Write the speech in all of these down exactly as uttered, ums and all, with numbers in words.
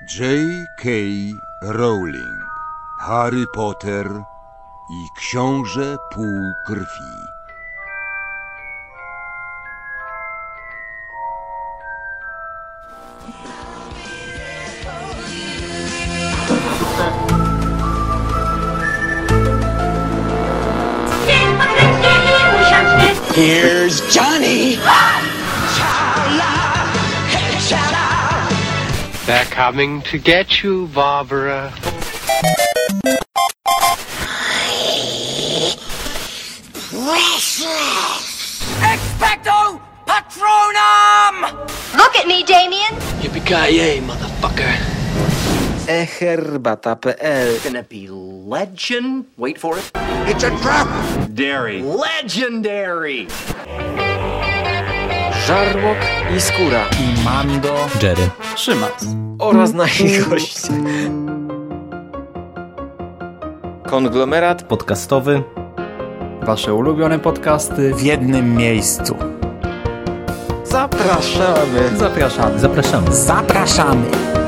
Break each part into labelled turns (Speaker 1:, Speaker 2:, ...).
Speaker 1: J K. Rowling, Harry Potter i Książę Półkrwi.
Speaker 2: Here's Johnny!
Speaker 3: They're coming to get you, Barbara.
Speaker 2: Precious! Expecto Patronum!
Speaker 4: Look at me, Damien!
Speaker 3: Yippee-ki-yay, motherfucker.
Speaker 5: eherbata kropka p l.
Speaker 6: Gonna be legend. Wait for it.
Speaker 2: It's a trap!
Speaker 6: Dairy. Legendary.
Speaker 5: Żarłok i Skóra.
Speaker 7: I Mando,
Speaker 8: Jerry,
Speaker 7: Szymas
Speaker 5: oraz nasi goście. Konglomerat
Speaker 8: podcastowy.
Speaker 7: Wasze ulubione podcasty
Speaker 9: w jednym miejscu.
Speaker 5: Zapraszamy.
Speaker 7: Zapraszamy.
Speaker 8: Zapraszamy.
Speaker 9: Zapraszamy.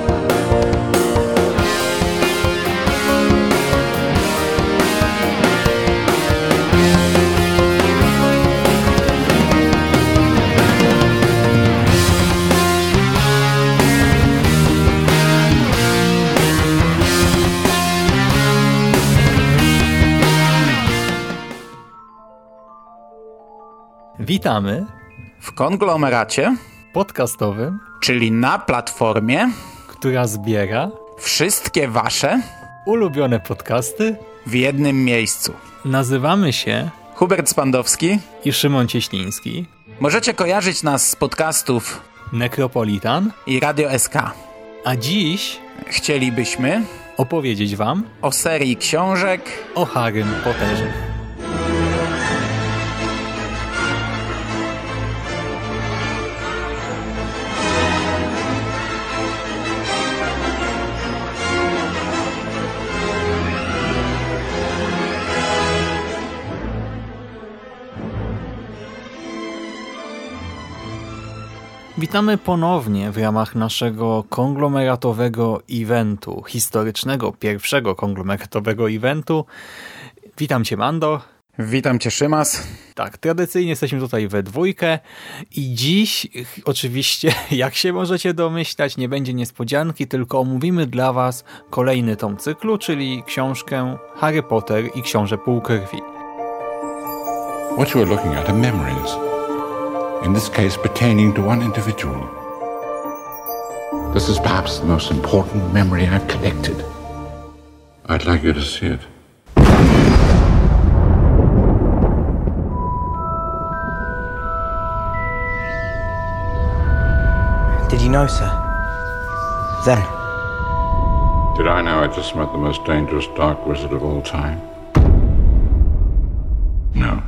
Speaker 7: Witamy
Speaker 9: W konglomeracie,
Speaker 7: podcastowym,
Speaker 9: czyli na platformie,
Speaker 7: która zbiera
Speaker 9: wszystkie wasze
Speaker 7: ulubione podcasty.
Speaker 9: w jednym miejscu.
Speaker 7: Nazywamy się
Speaker 9: Hubert Spandowski.
Speaker 7: i Szymon Cieśliński.
Speaker 9: Możecie kojarzyć nas z podcastów
Speaker 7: Necropolitan.
Speaker 9: i Radio S K.
Speaker 7: A dziś
Speaker 9: Chcielibyśmy
Speaker 7: opowiedzieć wam
Speaker 9: o serii książek
Speaker 7: o Harrym Potterze. Witamy ponownie w ramach naszego konglomeratowego eventu, historycznego, pierwszego konglomeratowego eventu. Witam Cię, Mando.
Speaker 9: Witam Cię, Szymas.
Speaker 7: Tak, tradycyjnie jesteśmy tutaj we dwójkę i dziś oczywiście, jak się możecie domyślać, nie będzie niespodzianki, tylko omówimy dla Was kolejny tom cyklu, czyli książkę Harry Potter i Książę Półkrwi.
Speaker 10: What you are looking at are memories. In this case pertaining to one individual. This is perhaps the most important memory I've collected. I'd like you to see it.
Speaker 5: Did you know, sir? Then?
Speaker 10: Did I know I just met the most dangerous dark wizard of all time? No.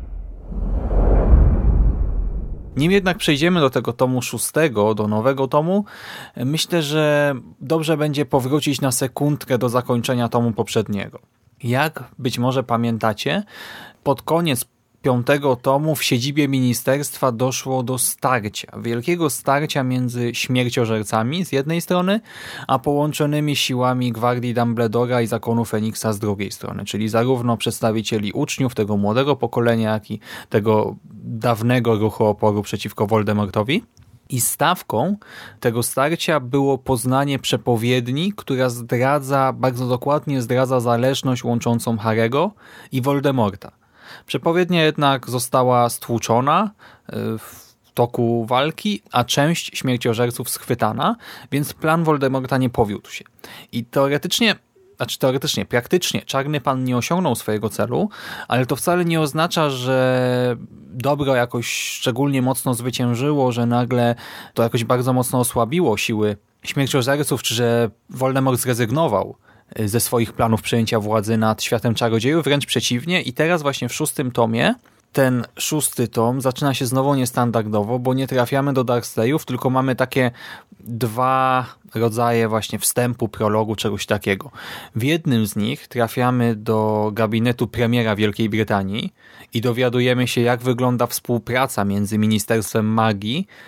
Speaker 7: Nim jednak przejdziemy do tego tomu szóstego, do nowego tomu, myślę, że dobrze będzie powrócić na sekundkę do zakończenia tomu poprzedniego. Jak być może pamiętacie, pod koniec piątego tomu w siedzibie ministerstwa doszło do starcia, wielkiego starcia między śmierciożercami z jednej strony, a połączonymi siłami Gwardii Dumbledora i Zakonu Feniksa z drugiej strony, czyli zarówno przedstawicieli uczniów tego młodego pokolenia, jak i tego dawnego ruchu oporu przeciwko Voldemortowi. I stawką tego starcia było poznanie przepowiedni, która zdradza, bardzo dokładnie zdradza zależność łączącą Harry'ego i Voldemorta. Przepowiednia jednak została stłuczona w toku walki, a część śmierciożerców schwytana, więc plan Voldemorta nie powiódł się. I teoretycznie, znaczy teoretycznie, praktycznie Czarny Pan nie osiągnął swojego celu, ale to wcale nie oznacza, że dobro jakoś szczególnie mocno zwyciężyło, że nagle to jakoś bardzo mocno osłabiło siły śmierciożerców, czy że Voldemort zrezygnował ze swoich planów przejęcia władzy nad światem czarodziejów, wręcz przeciwnie. I teraz właśnie w szóstym tomie, ten szósty tom zaczyna się znowu niestandardowo, bo nie trafiamy do Dursleyów, tylko mamy takie dwa rodzaje właśnie wstępu, prologu, czegoś takiego. W jednym z nich trafiamy do gabinetu premiera Wielkiej Brytanii i dowiadujemy się, jak wygląda współpraca między Ministerstwem Magii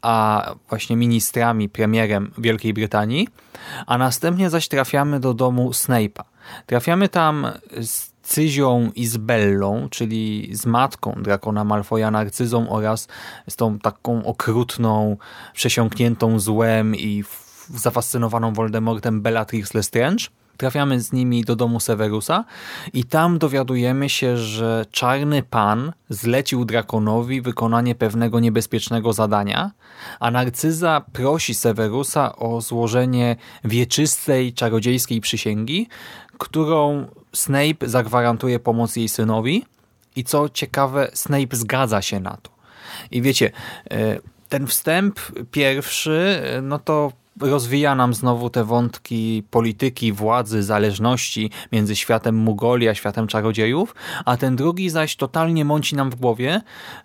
Speaker 7: a właśnie ministrami, premierem Wielkiej Brytanii, a następnie zaś trafiamy do domu Snape'a. Trafiamy tam z Cyzią Izabellą, czyli z matką Drakona Malfoya, Narcyzą, oraz z tą taką okrutną, przesiąkniętą złem i zafascynowaną Voldemortem Bellatrix Lestrange. Trafiamy z nimi do domu Severusa i tam dowiadujemy się, że Czarny Pan zlecił Drakonowi wykonanie pewnego niebezpiecznego zadania, a Narcyza prosi Severusa o złożenie wieczystej, czarodziejskiej przysięgi, którą Snape zagwarantuje pomoc jej synowi i co ciekawe, Snape zgadza się na to. I wiecie, ten wstęp pierwszy, no to rozwija nam znowu te wątki polityki, władzy, zależności między światem Mugoli a światem czarodziejów, a ten drugi zaś totalnie mąci nam w głowie,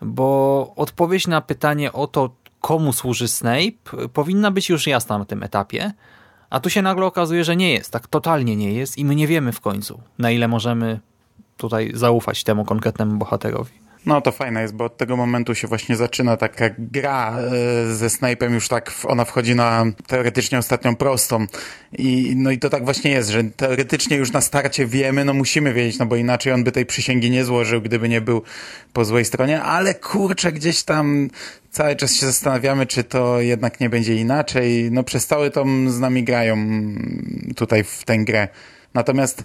Speaker 7: bo odpowiedź na pytanie o to, komu służy Snape, powinna być już jasna na tym etapie, a tu się nagle okazuje, że nie jest, tak totalnie nie jest i my nie wiemy w końcu, na ile możemy tutaj zaufać temu konkretnemu bohaterowi.
Speaker 9: No to fajne jest, bo od tego momentu się właśnie zaczyna taka gra ze Snape'em, już tak ona wchodzi na teoretycznie ostatnią prostą. I, no i to tak właśnie jest, że teoretycznie już na starcie wiemy, no musimy wiedzieć, no bo inaczej on by tej przysięgi nie złożył, gdyby nie był po złej stronie, ale kurczę, gdzieś tam cały czas się zastanawiamy, czy to jednak nie będzie inaczej. No przez cały tom z nami grają tutaj w tę grę. Natomiast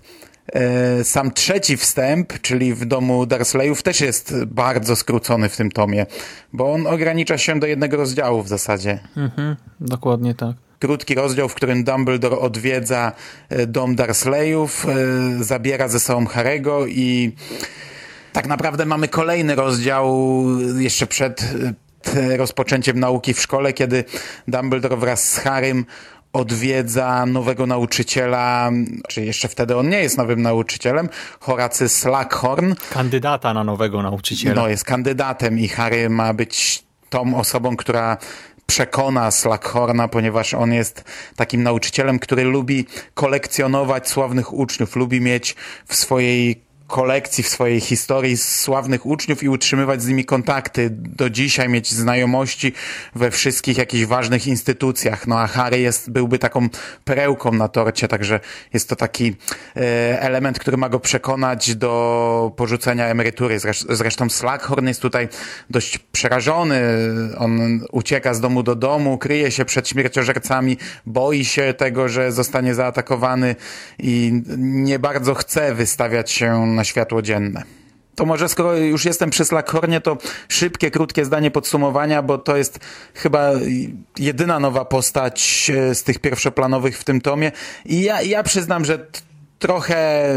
Speaker 9: sam trzeci wstęp, czyli w domu Dursleyów, też jest bardzo skrócony w tym tomie, bo on ogranicza się do jednego rozdziału w zasadzie.
Speaker 7: Mhm, dokładnie tak.
Speaker 9: Krótki rozdział, w którym Dumbledore odwiedza dom Dursleyów, zabiera ze sobą Harry'ego i tak naprawdę mamy kolejny rozdział jeszcze przed rozpoczęciem nauki w szkole, kiedy Dumbledore wraz z Harrym odwiedza nowego nauczyciela, czy jeszcze wtedy on nie jest nowym nauczycielem, Horacy Slughorn.
Speaker 7: Kandydata na nowego nauczyciela.
Speaker 9: No, jest kandydatem i Harry ma być tą osobą, która przekona Slughorna, ponieważ on jest takim nauczycielem, który lubi kolekcjonować sławnych uczniów, lubi mieć w swojej kolekcji, w swojej historii sławnych uczniów i utrzymywać z nimi kontakty do dzisiaj, mieć znajomości we wszystkich jakichś ważnych instytucjach. No a Harry jest, byłby taką perełką na torcie, także jest to taki e, element, który ma go przekonać do porzucenia emerytury. Zresz- zresztą Slughorn jest tutaj dość przerażony. On ucieka z domu do domu, kryje się przed śmierciożercami, boi się tego, że zostanie zaatakowany i nie bardzo chce wystawiać się na światło dzienne. To może skoro już jestem przy Slughornie, to szybkie, krótkie zdanie podsumowania, bo to jest chyba jedyna nowa postać z tych pierwszoplanowych w tym tomie i ja, ja przyznam, że t- trochę...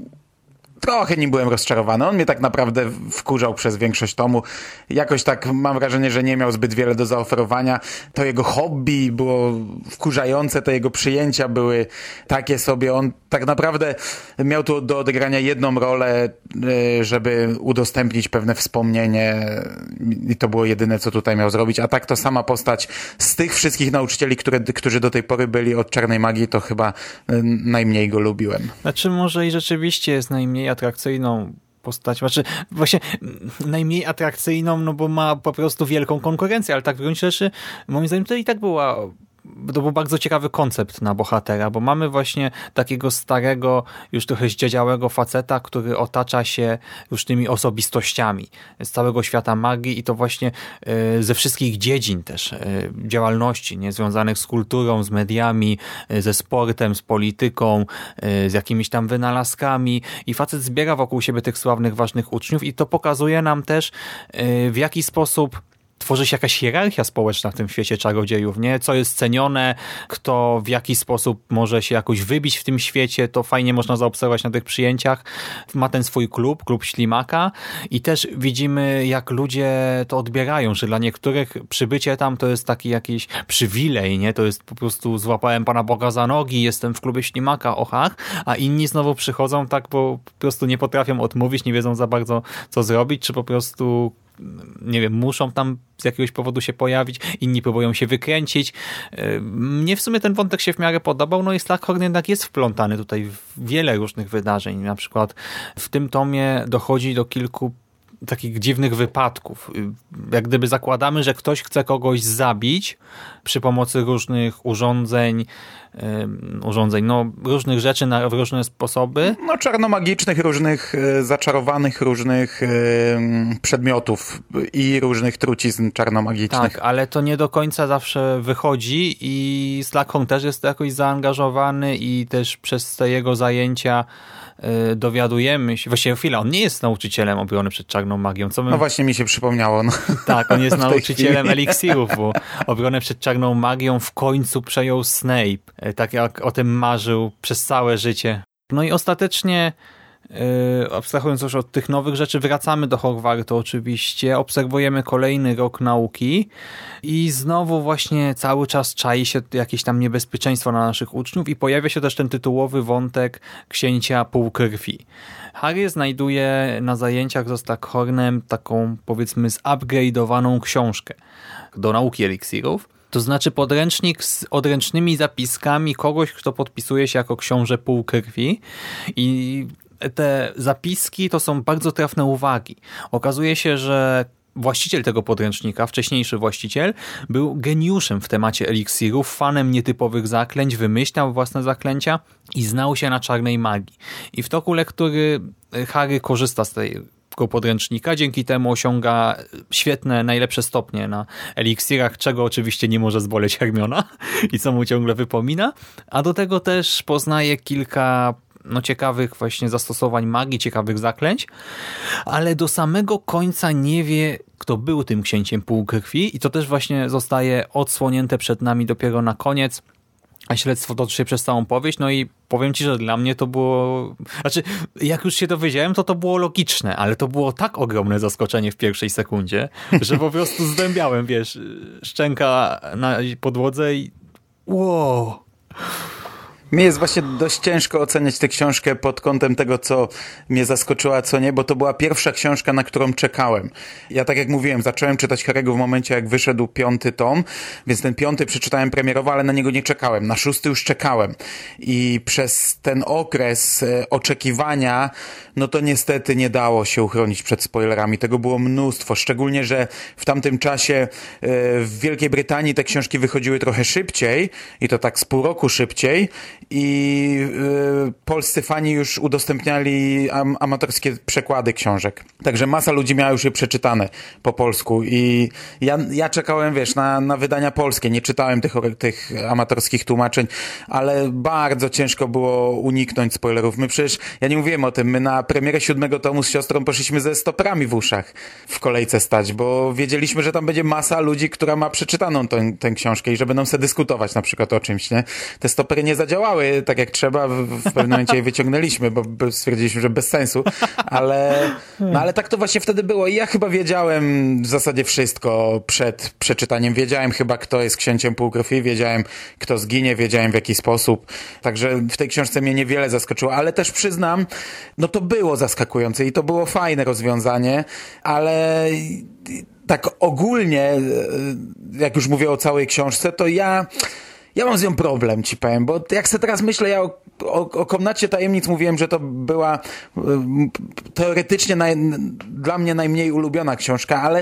Speaker 9: Trochę nim byłem rozczarowany. On mnie tak naprawdę wkurzał przez większość tomu. Jakoś tak mam wrażenie, że nie miał zbyt wiele do zaoferowania. To jego hobby było wkurzające, te jego przyjęcia były takie sobie. On tak naprawdę miał tu do odegrania jedną rolę, żeby udostępnić pewne wspomnienie i to było jedyne, co tutaj miał zrobić. A tak to sama postać z tych wszystkich nauczycieli, które, którzy do tej pory byli od Czarnej Magii, to chyba najmniej go lubiłem.
Speaker 7: Znaczy może i rzeczywiście jest najmniej atrakcyjną postacią, znaczy właśnie najmniej atrakcyjną, no bo ma po prostu wielką konkurencję, ale tak w gruncie rzeczy moim zdaniem to i tak była to był bardzo ciekawy koncept na bohatera, bo mamy właśnie takiego starego, już trochę zdziedziałego faceta, który otacza się już tymi osobistościami z całego świata magii i to właśnie ze wszystkich dziedzin też działalności, nie, związanych z kulturą, z mediami, ze sportem, z polityką, z jakimiś tam wynalazkami i facet zbiera wokół siebie tych sławnych, ważnych uczniów i to pokazuje nam też, w jaki sposób tworzy się jakaś hierarchia społeczna w tym świecie czarodziejów, nie? Co jest cenione, kto w jaki sposób może się jakoś wybić w tym świecie, to fajnie można zaobserwować na tych przyjęciach. Ma ten swój klub, klub Ślimaka i też widzimy, jak ludzie to odbierają, że dla niektórych przybycie tam to jest taki jakiś przywilej, nie? To jest po prostu złapałem Pana Boga za nogi, jestem w klubie Ślimaka, ochach, a inni znowu przychodzą tak, bo po prostu nie potrafią odmówić, nie wiedzą za bardzo, co zrobić, czy po prostu nie wiem, muszą tam z jakiegoś powodu się pojawić, inni próbują się wykręcić. Mnie w sumie ten wątek się w miarę podobał, no i Slughorn jednak jest wplątany tutaj w wiele różnych wydarzeń. Na przykład w tym tomie dochodzi do kilku takich dziwnych wypadków. Jak gdyby zakładamy, że ktoś chce kogoś zabić przy pomocy różnych urządzeń, urządzeń, no różnych rzeczy na różne sposoby.
Speaker 9: No czarnomagicznych, różnych e, zaczarowanych, różnych e, przedmiotów i różnych trucizn czarnomagicznych.
Speaker 7: Tak, ale to nie do końca zawsze wychodzi i Slughorn też jest jakoś zaangażowany i też przez te jego zajęcia y, dowiadujemy się, właściwie chwila, on nie jest nauczycielem obrony przed czarną magią. Co my...
Speaker 9: No właśnie mi się przypomniało. No.
Speaker 7: Tak, on jest nauczycielem eliksirów, bo obronę przed czarną magią w końcu przejął Snape, tak jak o tym marzył przez całe życie. No i ostatecznie Yy, abstrahując już od tych nowych rzeczy, wracamy do Hogwartu oczywiście, obserwujemy kolejny rok nauki i znowu właśnie cały czas czai się jakieś tam niebezpieczeństwo na naszych uczniów i pojawia się też ten tytułowy wątek księcia półkrwi. Harry znajduje na zajęciach ze Slughornem taką, powiedzmy, zupgrade'owaną książkę do nauki eliksirów. To znaczy podręcznik z odręcznymi zapiskami kogoś, kto podpisuje się jako książę półkrwi i te zapiski to są bardzo trafne uwagi. Okazuje się, że właściciel tego podręcznika, wcześniejszy właściciel, był geniuszem w temacie eliksirów, fanem nietypowych zaklęć, wymyślał własne zaklęcia i znał się na czarnej magii. I w toku lektury Harry korzysta z tego podręcznika, dzięki temu osiąga świetne, najlepsze stopnie na eliksirach, czego oczywiście nie może zboleć Hermiona i co mu ciągle wypomina, a do tego też poznaje kilka no ciekawych właśnie zastosowań magii, ciekawych zaklęć, ale do samego końca nie wie, kto był tym księciem półkrwi i to też właśnie zostaje odsłonięte przed nami dopiero na koniec, a śledztwo toczy się przez całą powieść, no i powiem ci, że dla mnie to było... Znaczy, jak już się dowiedziałem, to to było logiczne, ale to było tak ogromne zaskoczenie w pierwszej sekundzie, że po prostu zdębiałem, wiesz, szczęka na podłodze i wow...
Speaker 9: Mi jest właśnie dość ciężko oceniać tę książkę pod kątem tego, co mnie zaskoczyło, a co nie, bo to była pierwsza książka, na którą czekałem. Ja, tak jak mówiłem, zacząłem czytać Harry'ego w momencie, jak wyszedł piąty tom, więc ten piąty przeczytałem premierowo, ale na niego nie czekałem. Na szósty już czekałem. I przez ten okres e, oczekiwania, no to niestety nie dało się uchronić przed spoilerami. Tego było mnóstwo. Szczególnie, że w tamtym czasie e, w Wielkiej Brytanii te książki wychodziły trochę szybciej i to tak z pół roku szybciej. I y, polscy fani już udostępniali am, amatorskie przekłady książek. Także masa ludzi miała już je przeczytane po polsku i ja, ja czekałem, wiesz, na, na wydania polskie. Nie czytałem tych, tych amatorskich tłumaczeń, ale bardzo ciężko było uniknąć spoilerów. My przecież, ja nie mówiłem o tym, my na premierę siódmego tomu z siostrą poszliśmy ze stoperami w uszach w kolejce stać, bo wiedzieliśmy, że tam będzie masa ludzi, która ma przeczytaną tę, tę książkę i że będą sobie dyskutować na przykład o czymś, nie? Te stopery nie zadziałały tak jak trzeba, w pewnym momencie je wyciągnęliśmy, bo stwierdziliśmy, że bez sensu, ale, no ale tak to właśnie wtedy było i ja chyba wiedziałem w zasadzie wszystko przed przeczytaniem. Wiedziałem chyba, kto jest księciem półkrwi, wiedziałem, kto zginie, wiedziałem w jaki sposób, także w tej książce mnie niewiele zaskoczyło, ale też przyznam, no to było zaskakujące i to było fajne rozwiązanie, ale tak ogólnie, jak już mówię o całej książce, to ja Ja mam z nią problem, ci powiem, bo jak sobie teraz myślę, ja o, o, o Komnacie Tajemnic mówiłem, że to była y, teoretycznie naj, dla mnie najmniej ulubiona książka, ale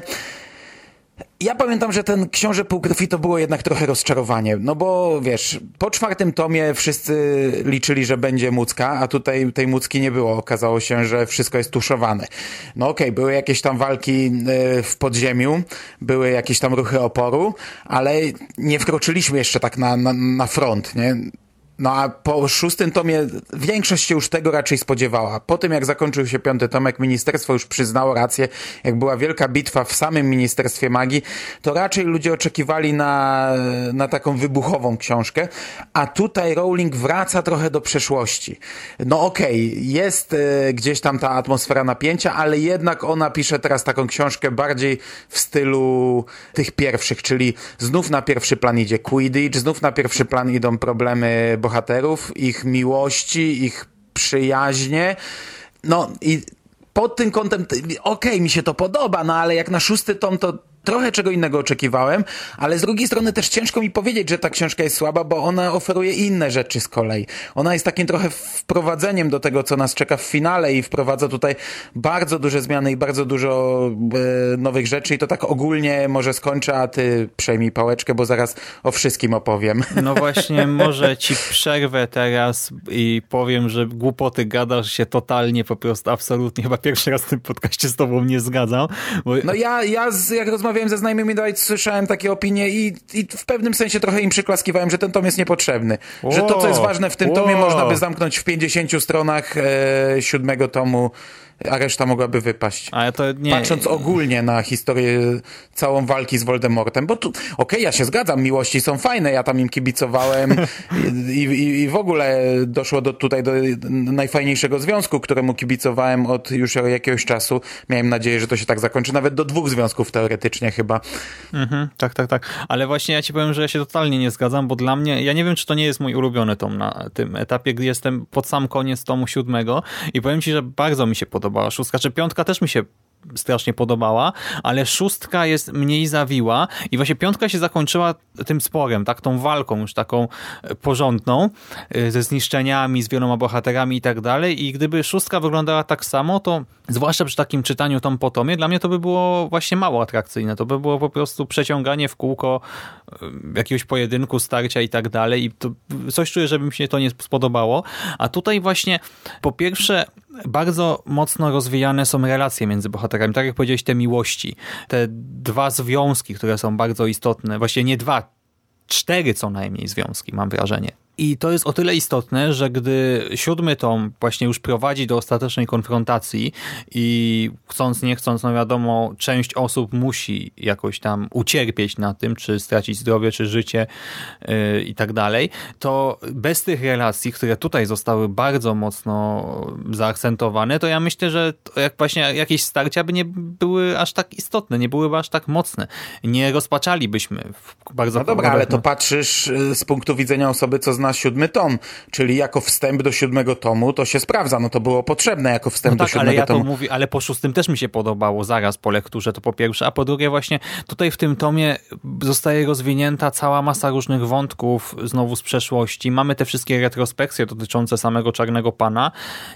Speaker 9: ja pamiętam, że ten Książę Półkrwi to było jednak trochę rozczarowanie, no bo wiesz, po czwartym tomie wszyscy liczyli, że będzie Mucka, a tutaj tej Mucki nie było. Okazało się, że wszystko jest tuszowane. No okej, okay, były jakieś tam walki w podziemiu, były jakieś tam ruchy oporu, ale nie wkroczyliśmy jeszcze tak na, na, na front, nie? No a po szóstym tomie większość się już tego raczej spodziewała. Po tym jak zakończył się piąty tom, jak ministerstwo już przyznało rację, jak była wielka bitwa w samym Ministerstwie Magii, to raczej ludzie oczekiwali na, na taką wybuchową książkę, a tutaj Rowling wraca trochę do przeszłości. No okej, okay, jest y, gdzieś tam ta atmosfera napięcia, ale jednak ona pisze teraz taką książkę bardziej w stylu tych pierwszych, czyli znów na pierwszy plan idzie Quidditch, znów na pierwszy plan idą problemy bohaterów, ich miłości, ich przyjaźnie. No i pod tym kątem, okej, okay, mi się to podoba, no ale jak na szósty tom, to trochę czego innego oczekiwałem, ale z drugiej strony też ciężko mi powiedzieć, że ta książka jest słaba, bo ona oferuje inne rzeczy z kolei. Ona jest takim trochę wprowadzeniem do tego, co nas czeka w finale i wprowadza tutaj bardzo duże zmiany i bardzo dużo e, nowych rzeczy i to tak ogólnie może skończę, a ty przejmij pałeczkę, bo zaraz o wszystkim opowiem.
Speaker 7: No właśnie, może ci przerwę teraz i powiem, że głupoty gadasz się totalnie, po prostu absolutnie. Chyba pierwszy raz w tym podcaście z tobą nie zgadzam. Bo...
Speaker 9: No ja, ja z, jak rozmawiałem ze znajomymi, to słyszałem takie opinie i, i w pewnym sensie trochę im przyklaskiwałem, że ten tom jest niepotrzebny. O, że to, co jest ważne w tym o. tomie, można by zamknąć w pięćdziesięciu stronach e, siódmego tomu, a reszta mogłaby wypaść. Ale to nie... Patrząc ogólnie na historię całą walki z Voldemortem, bo tu, okej, okay, ja się zgadzam, miłości są fajne, ja tam im kibicowałem i, i, i w ogóle doszło do, tutaj do najfajniejszego związku, któremu kibicowałem od już jakiegoś czasu. Miałem nadzieję, że to się tak zakończy, nawet do dwóch związków teoretycznie chyba.
Speaker 7: Mhm, tak, tak, tak. Ale właśnie ja ci powiem, że ja się totalnie nie zgadzam, bo dla mnie, ja nie wiem, czy to nie jest mój ulubiony tom na tym etapie, gdy jestem pod sam koniec tomu siódmego i powiem ci, że bardzo mi się podoba szóstka, czy piątka też mi się strasznie podobała, ale szóstka jest mniej zawiła i właśnie piątka się zakończyła tym sporem, tak, tą walką już taką porządną, ze zniszczeniami, z wieloma bohaterami i tak dalej i gdyby szóstka wyglądała tak samo, to zwłaszcza przy takim czytaniu tom po tomie, dla mnie to by było właśnie mało atrakcyjne, to by było po prostu przeciąganie w kółko jakiegoś pojedynku, starcia i tak dalej i to coś czuję, żeby mi się to nie spodobało, a tutaj właśnie po pierwsze bardzo mocno rozwijane są relacje między bohaterami, tak jak powiedziałeś, te miłości, te dwa związki, które są bardzo istotne, właściwie nie dwa, cztery co najmniej związki, mam wrażenie. I to jest o tyle istotne, że gdy siódmy tom właśnie już prowadzi do ostatecznej konfrontacji i chcąc, nie chcąc, no wiadomo, część osób musi jakoś tam ucierpieć na tym, czy stracić zdrowie, czy życie yy, i tak dalej, to bez tych relacji, które tutaj zostały bardzo mocno zaakcentowane, to ja myślę, że jak właśnie jakieś starcia by nie były aż tak istotne, nie byłyby aż tak mocne. Nie rozpaczalibyśmy w bardzo...
Speaker 9: No dobra, ale to patrzysz z punktu widzenia osoby, co na siódmy tom, czyli jako wstęp do siódmego tomu, to się sprawdza, no to było potrzebne jako wstęp
Speaker 7: no
Speaker 9: do
Speaker 7: tak,
Speaker 9: siódmego
Speaker 7: ale ja
Speaker 9: tomu.
Speaker 7: To mówię, ale po szóstym też mi się podobało zaraz po lekturze, to po pierwsze, a po drugie właśnie tutaj w tym tomie zostaje rozwinięta cała masa różnych wątków znowu z przeszłości. Mamy te wszystkie retrospekcje dotyczące samego Czarnego Pana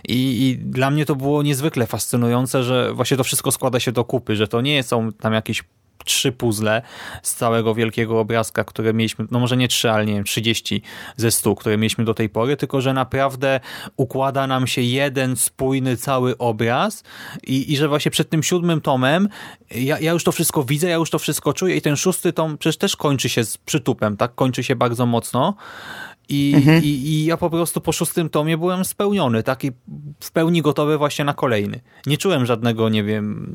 Speaker 7: i, i dla mnie to było niezwykle fascynujące, że właśnie to wszystko składa się do kupy, że to nie są tam jakieś trzy puzzle z całego wielkiego obrazka, które mieliśmy, no może nie trzy, ale nie wiem, trzydzieści ze stu, które mieliśmy do tej pory, tylko że naprawdę układa nam się jeden spójny cały obraz i, i że właśnie przed tym siódmym tomem ja, ja już to wszystko widzę, ja już to wszystko czuję i ten szósty tom przecież też kończy się z przytupem, tak? Kończy się bardzo mocno. I, mhm. i, I ja po prostu po szóstym tomie byłem spełniony, tak? I w pełni gotowy właśnie na kolejny. Nie czułem żadnego, nie wiem,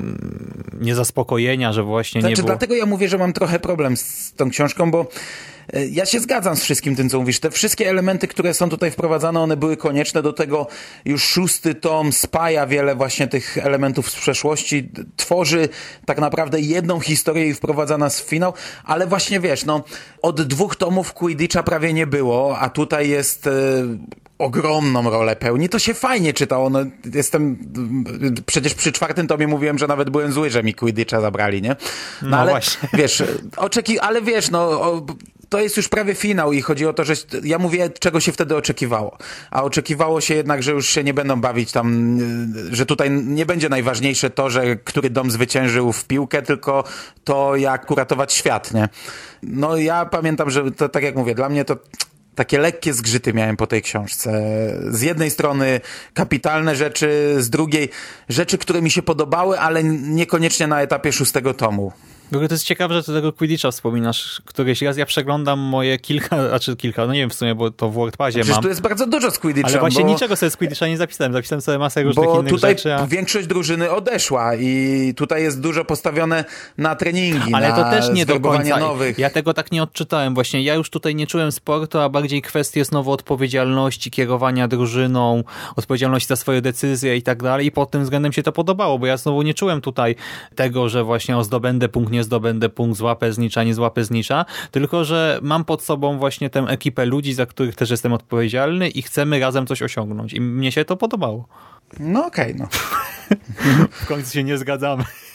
Speaker 7: niezaspokojenia, że właśnie
Speaker 9: znaczy,
Speaker 7: nie było...
Speaker 9: Dlatego ja mówię, że mam trochę problem z tą książką, bo ja się zgadzam z wszystkim tym, co mówisz. Te wszystkie elementy, które są tutaj wprowadzane, one były konieczne. Do tego już szósty tom spaja wiele właśnie tych elementów z przeszłości, tworzy tak naprawdę jedną historię i wprowadza nas w finał, ale właśnie wiesz, no od dwóch tomów Quidditcha prawie nie było, a tutaj jest... Yy... ogromną rolę pełni, to się fajnie czytało. No, jestem, przecież przy czwartym tomie mówiłem, że nawet byłem zły, że mi Quidditcha zabrali, nie? No, no ale właśnie. Wiesz, oczeki, ale wiesz, no o, to jest już prawie finał i chodzi o to, że ja mówię, czego się wtedy oczekiwało. A oczekiwało się jednak, że już się nie będą bawić tam, że tutaj nie będzie najważniejsze to, że który dom zwyciężył w piłkę, tylko to, jak uratować świat, nie? No ja pamiętam, że to, tak jak mówię, dla mnie to takie lekkie zgrzyty miałem po tej książce. Z jednej strony kapitalne rzeczy, z drugiej rzeczy, które mi się podobały, ale niekoniecznie na etapie szóstego tomu.
Speaker 7: W ogóle to jest ciekawe, że ty tego Quidditcha wspominasz któryś raz. Ja przeglądam moje kilka, znaczy kilka, no nie wiem w sumie, bo to w WordPadzie mam.
Speaker 9: Przecież tu jest bardzo dużo z Quidditchem.
Speaker 7: Ale właśnie
Speaker 9: bo,
Speaker 7: niczego sobie z Quidditcha nie zapisałem. Zapisałem sobie masę różnych
Speaker 9: bo
Speaker 7: innych
Speaker 9: tutaj
Speaker 7: rzeczy. A...
Speaker 9: większość drużyny odeszła i tutaj jest dużo postawione na treningi,
Speaker 7: ale
Speaker 9: na
Speaker 7: to też nie do końca.
Speaker 9: Nowych.
Speaker 7: Ja tego tak nie odczytałem. Właśnie ja już tutaj nie czułem sportu, a bardziej kwestie znowu odpowiedzialności, kierowania drużyną, odpowiedzialności za swoje decyzje i tak dalej. I pod tym względem się to podobało, bo ja znowu nie czułem tutaj tego, że właśnie o zdobędę punkt, nie zdobędę punkt, złapę znicza, nie złapę znicza, tylko że mam pod sobą właśnie tę ekipę ludzi, za których też jestem odpowiedzialny i chcemy razem coś osiągnąć. I mnie się to podobało.
Speaker 9: No okej, okay, no.
Speaker 7: W końcu się nie zgadzamy.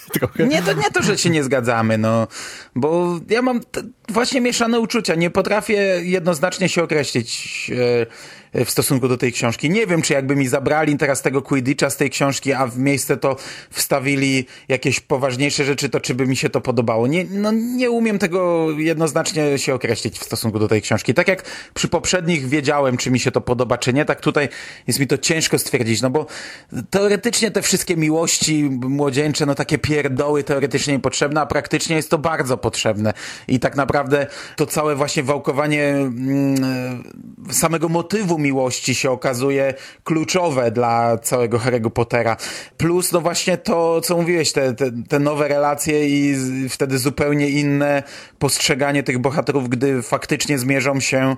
Speaker 7: trochę.
Speaker 9: Nie, to nie to, że się nie zgadzamy, no, bo ja mam t- właśnie mieszane uczucia. Nie potrafię jednoznacznie się określić e, w stosunku do tej książki. Nie wiem, czy jakby mi zabrali teraz tego Quidditcha z tej książki, a w miejsce to wstawili jakieś poważniejsze rzeczy, to czy by mi się to podobało. Nie, no, nie umiem tego jednoznacznie się określić w stosunku do tej książki. Tak jak przy poprzednich wiedziałem, czy mi się to podoba, czy nie, tak tutaj jest mi to ciężko stwierdzić, no bo teoretycznie te wszystkie miłości młodzieńcze, no takie pierdoły teoretycznie niepotrzebne, a praktycznie jest to bardzo potrzebne. I tak naprawdę to całe właśnie wałkowanie mm, samego motywu miłości się okazuje kluczowe dla całego Harry'ego Pottera. Plus no właśnie to, co mówiłeś, te, te, te nowe relacje i z, wtedy zupełnie inne postrzeganie tych bohaterów, gdy faktycznie zmierzą się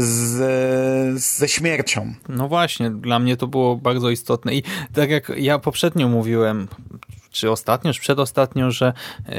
Speaker 9: z, ze śmiercią.
Speaker 7: No właśnie, dla mnie to było bardzo istotne i tak jak ja poprzednio mówiłem, czy ostatnio, czy przedostatnio, że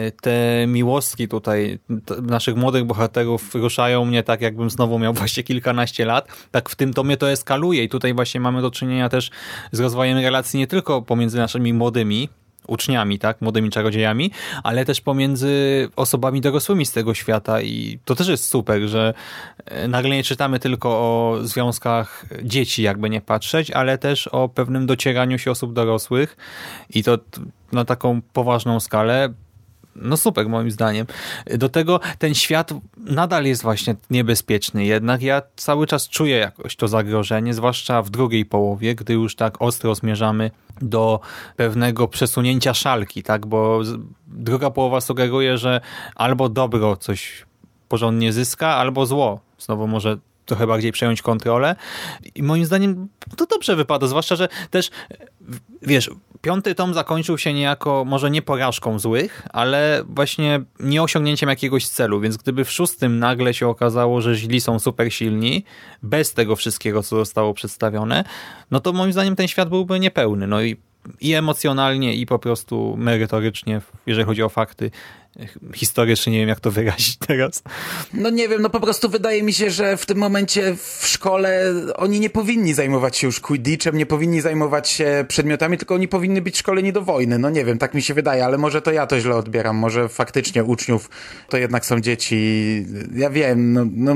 Speaker 7: te miłostki tutaj naszych młodych bohaterów ruszają mnie tak, jakbym znowu miał właśnie kilkanaście lat. Tak w tym tomie to eskaluje i tutaj właśnie mamy do czynienia też z rozwojem relacji nie tylko pomiędzy naszymi młodymi uczniami, tak, młodymi czarodziejami, ale też pomiędzy osobami dorosłymi z tego świata i to też jest super, że nagle nie czytamy tylko o związkach dzieci, jakby nie patrzeć, ale też o pewnym docieraniu się osób dorosłych i to na taką poważną skalę. No super, moim zdaniem. Do tego ten świat nadal jest właśnie niebezpieczny, jednak ja cały czas czuję jakoś to zagrożenie, zwłaszcza w drugiej połowie, gdy już tak ostro zmierzamy do pewnego przesunięcia szalki, tak, bo druga połowa sugeruje, że albo dobro coś porządnie zyska, albo zło znowu może trochę bardziej przejąć kontrolę i moim zdaniem to dobrze wypada, zwłaszcza, że też wiesz, piąty tom zakończył się niejako może nie porażką złych, ale właśnie nie osiągnięciem jakiegoś celu, więc gdyby w szóstym nagle się okazało, że źli są super silni, bez tego wszystkiego, co zostało przedstawione, no to moim zdaniem ten świat byłby niepełny, no i i emocjonalnie, i po prostu merytorycznie, jeżeli chodzi o fakty, historycznie, nie wiem jak to wyrazić teraz.
Speaker 9: No nie wiem, no po prostu wydaje mi się, że w tym momencie w szkole oni nie powinni zajmować się już Quidditchem, nie powinni zajmować się przedmiotami, tylko oni powinny być szkoleni do wojny. No nie wiem, tak mi się wydaje, ale może to ja to źle odbieram, może faktycznie uczniów to jednak są dzieci. Ja wiem, no... no...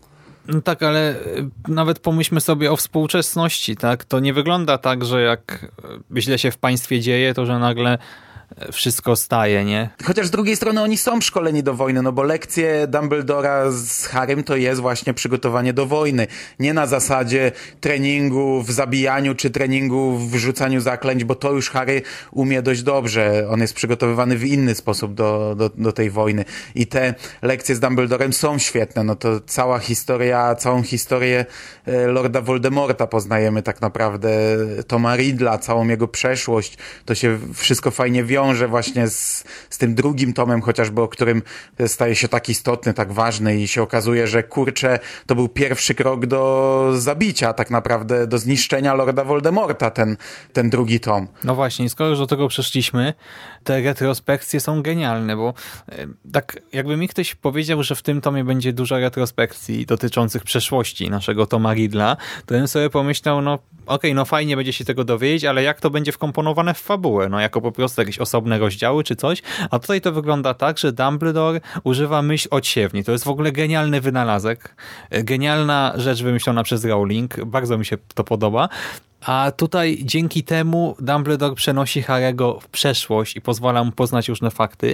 Speaker 7: No tak, ale nawet pomyślmy sobie o współczesności, tak? To nie wygląda tak, że jak źle się w państwie dzieje, to że nagle wszystko staje, nie?
Speaker 9: Chociaż z drugiej strony oni są szkoleni do wojny, no bo lekcje Dumbledora z Harrym to jest właśnie przygotowanie do wojny. Nie na zasadzie treningu w zabijaniu, czy treningu w rzucaniu zaklęć, bo to już Harry umie dość dobrze. On jest przygotowywany w inny sposób do, do, do tej wojny. I te lekcje z Dumbledorem są świetne. No to cała historia, całą historię Lorda Voldemorta poznajemy tak naprawdę. Toma Riddla, całą jego przeszłość. To się wszystko fajnie wiąże wiąże właśnie z, z tym drugim tomem chociażby, o którym staje się tak istotny, tak ważny i się okazuje, że kurczę, to był pierwszy krok do zabicia, tak naprawdę do zniszczenia Lorda Voldemorta, ten, ten drugi tom.
Speaker 7: No właśnie, skoro już do tego przeszliśmy, te retrospekcje są genialne, bo tak jakby mi ktoś powiedział, że w tym tomie będzie dużo retrospekcji dotyczących przeszłości naszego Toma Riddla, to bym sobie pomyślał, no okej, okay, no fajnie będzie się tego dowiedzieć, ale jak to będzie wkomponowane w fabułę? No jako po prostu jakieś osobne rozdziały czy coś, a tutaj to wygląda tak, że Dumbledore używa myśl odsiewni. To jest w ogóle genialny wynalazek, genialna rzecz wymyślona przez Rowling, bardzo mi się to podoba. A tutaj dzięki temu Dumbledore przenosi Harry'ego w przeszłość i pozwala mu poznać różne fakty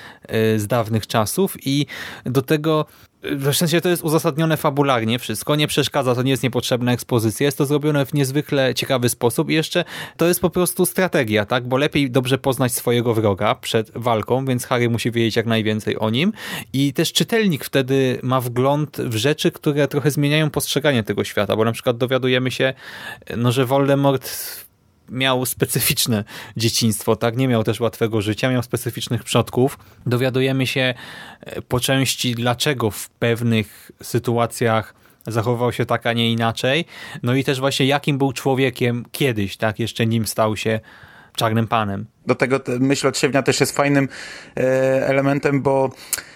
Speaker 7: z dawnych czasów i do tego w sensie to jest uzasadnione fabularnie wszystko, nie przeszkadza, to nie jest niepotrzebna ekspozycja, jest to zrobione w niezwykle ciekawy sposób i jeszcze to jest po prostu strategia, tak, bo lepiej dobrze poznać swojego wroga przed walką, więc Harry musi wiedzieć jak najwięcej o nim i też czytelnik wtedy ma wgląd w rzeczy, które trochę zmieniają postrzeganie tego świata, bo na przykład dowiadujemy się, no, że Voldemort miał specyficzne dzieciństwo, tak? Nie miał też łatwego życia, miał specyficznych przodków. Dowiadujemy się po części, dlaczego w pewnych sytuacjach zachował się tak, a nie inaczej. No i też właśnie jakim był człowiekiem kiedyś, tak? Jeszcze nim stał się Czarnym Panem.
Speaker 9: Do tego myśl odsiewnia też jest fajnym e, elementem, bo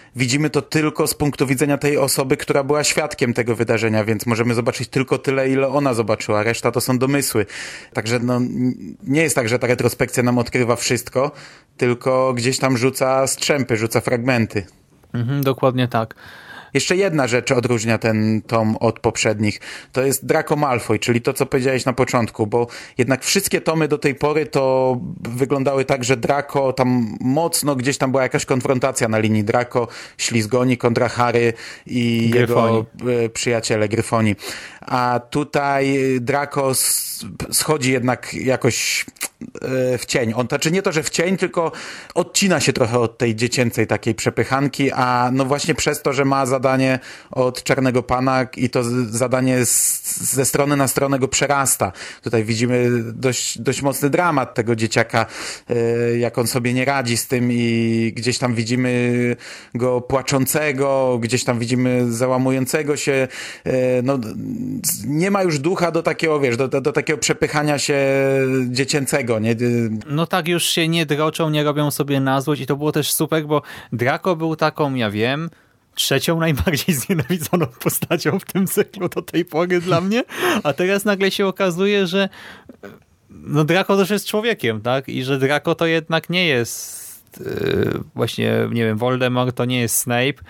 Speaker 9: widzimy to tylko z punktu widzenia tej osoby, która była świadkiem tego wydarzenia, więc możemy zobaczyć tylko tyle, ile ona zobaczyła, reszta to są domysły. Także no, nie jest tak, że ta retrospekcja nam odkrywa wszystko, tylko gdzieś tam rzuca strzępy, rzuca fragmenty.
Speaker 7: Mhm, dokładnie tak.
Speaker 9: Jeszcze jedna rzecz odróżnia ten tom od poprzednich. To jest Draco Malfoy, czyli to, co powiedziałeś na początku, bo jednak wszystkie tomy do tej pory to wyglądały tak, że Draco tam mocno gdzieś tam była jakaś konfrontacja na linii Draco, Ślizgoni kontra Harry i
Speaker 7: Gryfoni.
Speaker 9: jego y, przyjaciele Gryfoni. A tutaj Draco schodzi jednak jakoś w cień. On, znaczy nie to, że w cień, tylko odcina się trochę od tej dziecięcej takiej przepychanki, a no właśnie przez to, że ma zadanie od Czarnego Pana i to zadanie z, ze strony na stronę go przerasta. Tutaj widzimy dość, dość mocny dramat tego dzieciaka, jak on sobie nie radzi z tym i gdzieś tam widzimy go płaczącego, gdzieś tam widzimy załamującego się. No, nie ma już ducha do takiego, wiesz, do, do, do takiego przepychania się dziecięcego, nie?
Speaker 7: No tak, już się nie droczą, nie robią sobie na złość i to było też super, bo Draco był taką, ja wiem, trzecią najbardziej znienawidzoną postacią w tym cyklu do tej pory dla mnie, a teraz nagle się okazuje, że no Draco też jest człowiekiem, tak? I że Draco to jednak nie jest yy, właśnie, nie wiem, Voldemort to nie jest Snape,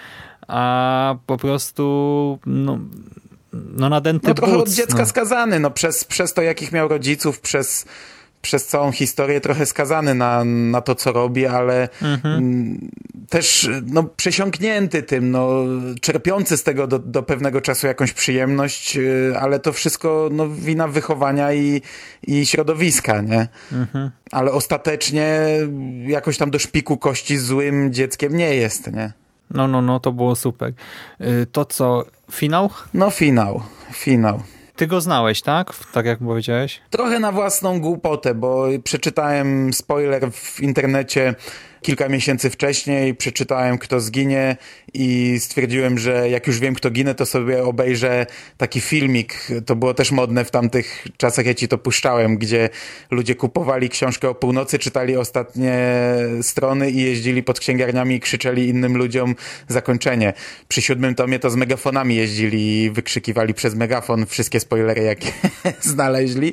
Speaker 7: a po prostu no no nadęty
Speaker 9: no trochę
Speaker 7: but,
Speaker 9: od dziecka
Speaker 7: no.
Speaker 9: skazany, no przez, przez to jakich miał rodziców, przez przez całą historię trochę skazany na, na to, co robi, ale mhm. też no, przesiąknięty tym, no, czerpiący z tego do, do pewnego czasu jakąś przyjemność, ale to wszystko no, wina wychowania i, i środowiska, nie? Mhm. Ale ostatecznie jakoś tam do szpiku kości złym dzieckiem nie jest, nie?
Speaker 7: No, no, no, to było super. To co, finał?
Speaker 9: No finał, finał.
Speaker 7: Ty go znałeś, tak? Tak jak powiedziałeś?
Speaker 9: Trochę na własną głupotę, bo przeczytałem spoiler w internecie kilka miesięcy wcześniej, przeczytałem, kto zginie i stwierdziłem, że jak już wiem, kto ginie, to sobie obejrzę taki filmik. To było też modne w tamtych czasach, ja ci to puszczałem, gdzie ludzie kupowali książkę o północy, czytali ostatnie strony i jeździli pod księgarniami i krzyczeli innym ludziom zakończenie. Przy siódmym tomie to z megafonami jeździli i wykrzykiwali przez megafon wszystkie spoilery, jakie znaleźli.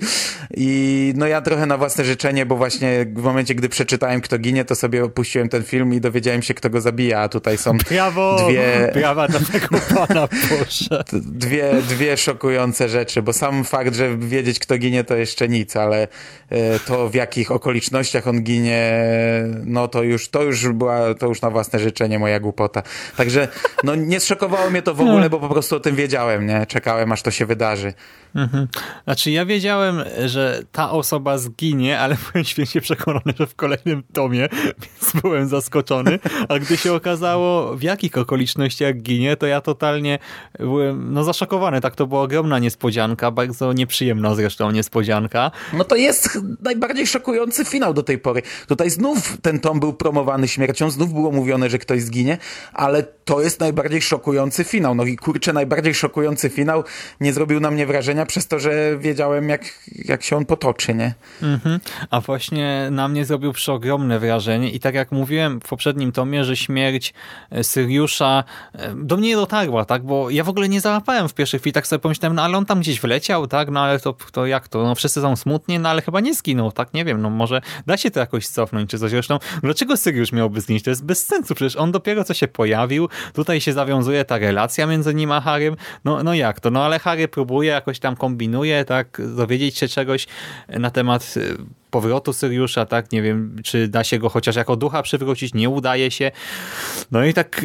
Speaker 9: I no ja trochę na własne życzenie, bo właśnie w momencie, gdy przeczytałem, kto ginie, to sobie puściłem ten film i dowiedziałem się, kto go zabija, a tutaj są
Speaker 7: Brawo!
Speaker 9: dwie...
Speaker 7: Brawa dla tego pana, Boże.
Speaker 9: Dwie, dwie szokujące rzeczy, bo sam fakt, że wiedzieć, kto ginie, to jeszcze nic, ale to, w jakich okolicznościach on ginie, no to już, to już była, to już na własne życzenie moja głupota. Także, no nie zszokowało mnie to w ogóle, bo po prostu o tym wiedziałem, nie? Czekałem, aż to się wydarzy.
Speaker 7: Mhm. Znaczy ja wiedziałem, że ta osoba zginie, ale byłem święcie przekonany, że w kolejnym tomie, więc byłem zaskoczony, a gdy się okazało, w jakich okolicznościach ginie, to ja totalnie byłem no zaszokowany. Tak, to była ogromna niespodzianka, bardzo nieprzyjemna zresztą niespodzianka.
Speaker 9: No to jest najbardziej szokujący finał do tej pory. Tutaj znów ten tom był promowany śmiercią, znów było mówione, że ktoś zginie, ale to jest najbardziej szokujący finał. No i kurczę, najbardziej szokujący finał nie zrobił na mnie wrażenia przez to, że wiedziałem, jak, jak się on potoczy, nie?
Speaker 7: Mhm. A właśnie na mnie zrobił przeogromne wrażenie i tak jak mówiłem w poprzednim tomie, że śmierć Syriusza do mnie nie dotarła, tak? Bo ja w ogóle nie załapałem w pierwszej chwili, tak sobie pomyślałem, no ale on tam gdzieś wleciał, tak? No ale to, to jak to? No wszyscy są smutni, no ale chyba nie zginął, tak? Nie wiem, no może da się to jakoś cofnąć czy coś. Zresztą dlaczego Syriusz miałby zginąć? To jest bez sensu, przecież on dopiero co się pojawił, tutaj się zawiązuje ta relacja między nim a Harrym, no, no jak to? No ale Harry próbuje, jakoś tam kombinuje, tak? Dowiedzieć się czegoś na temat powrotu Syriusza, tak? Nie wiem, czy da się go chociaż jako ducha przywrócić, nie udaje się. No i tak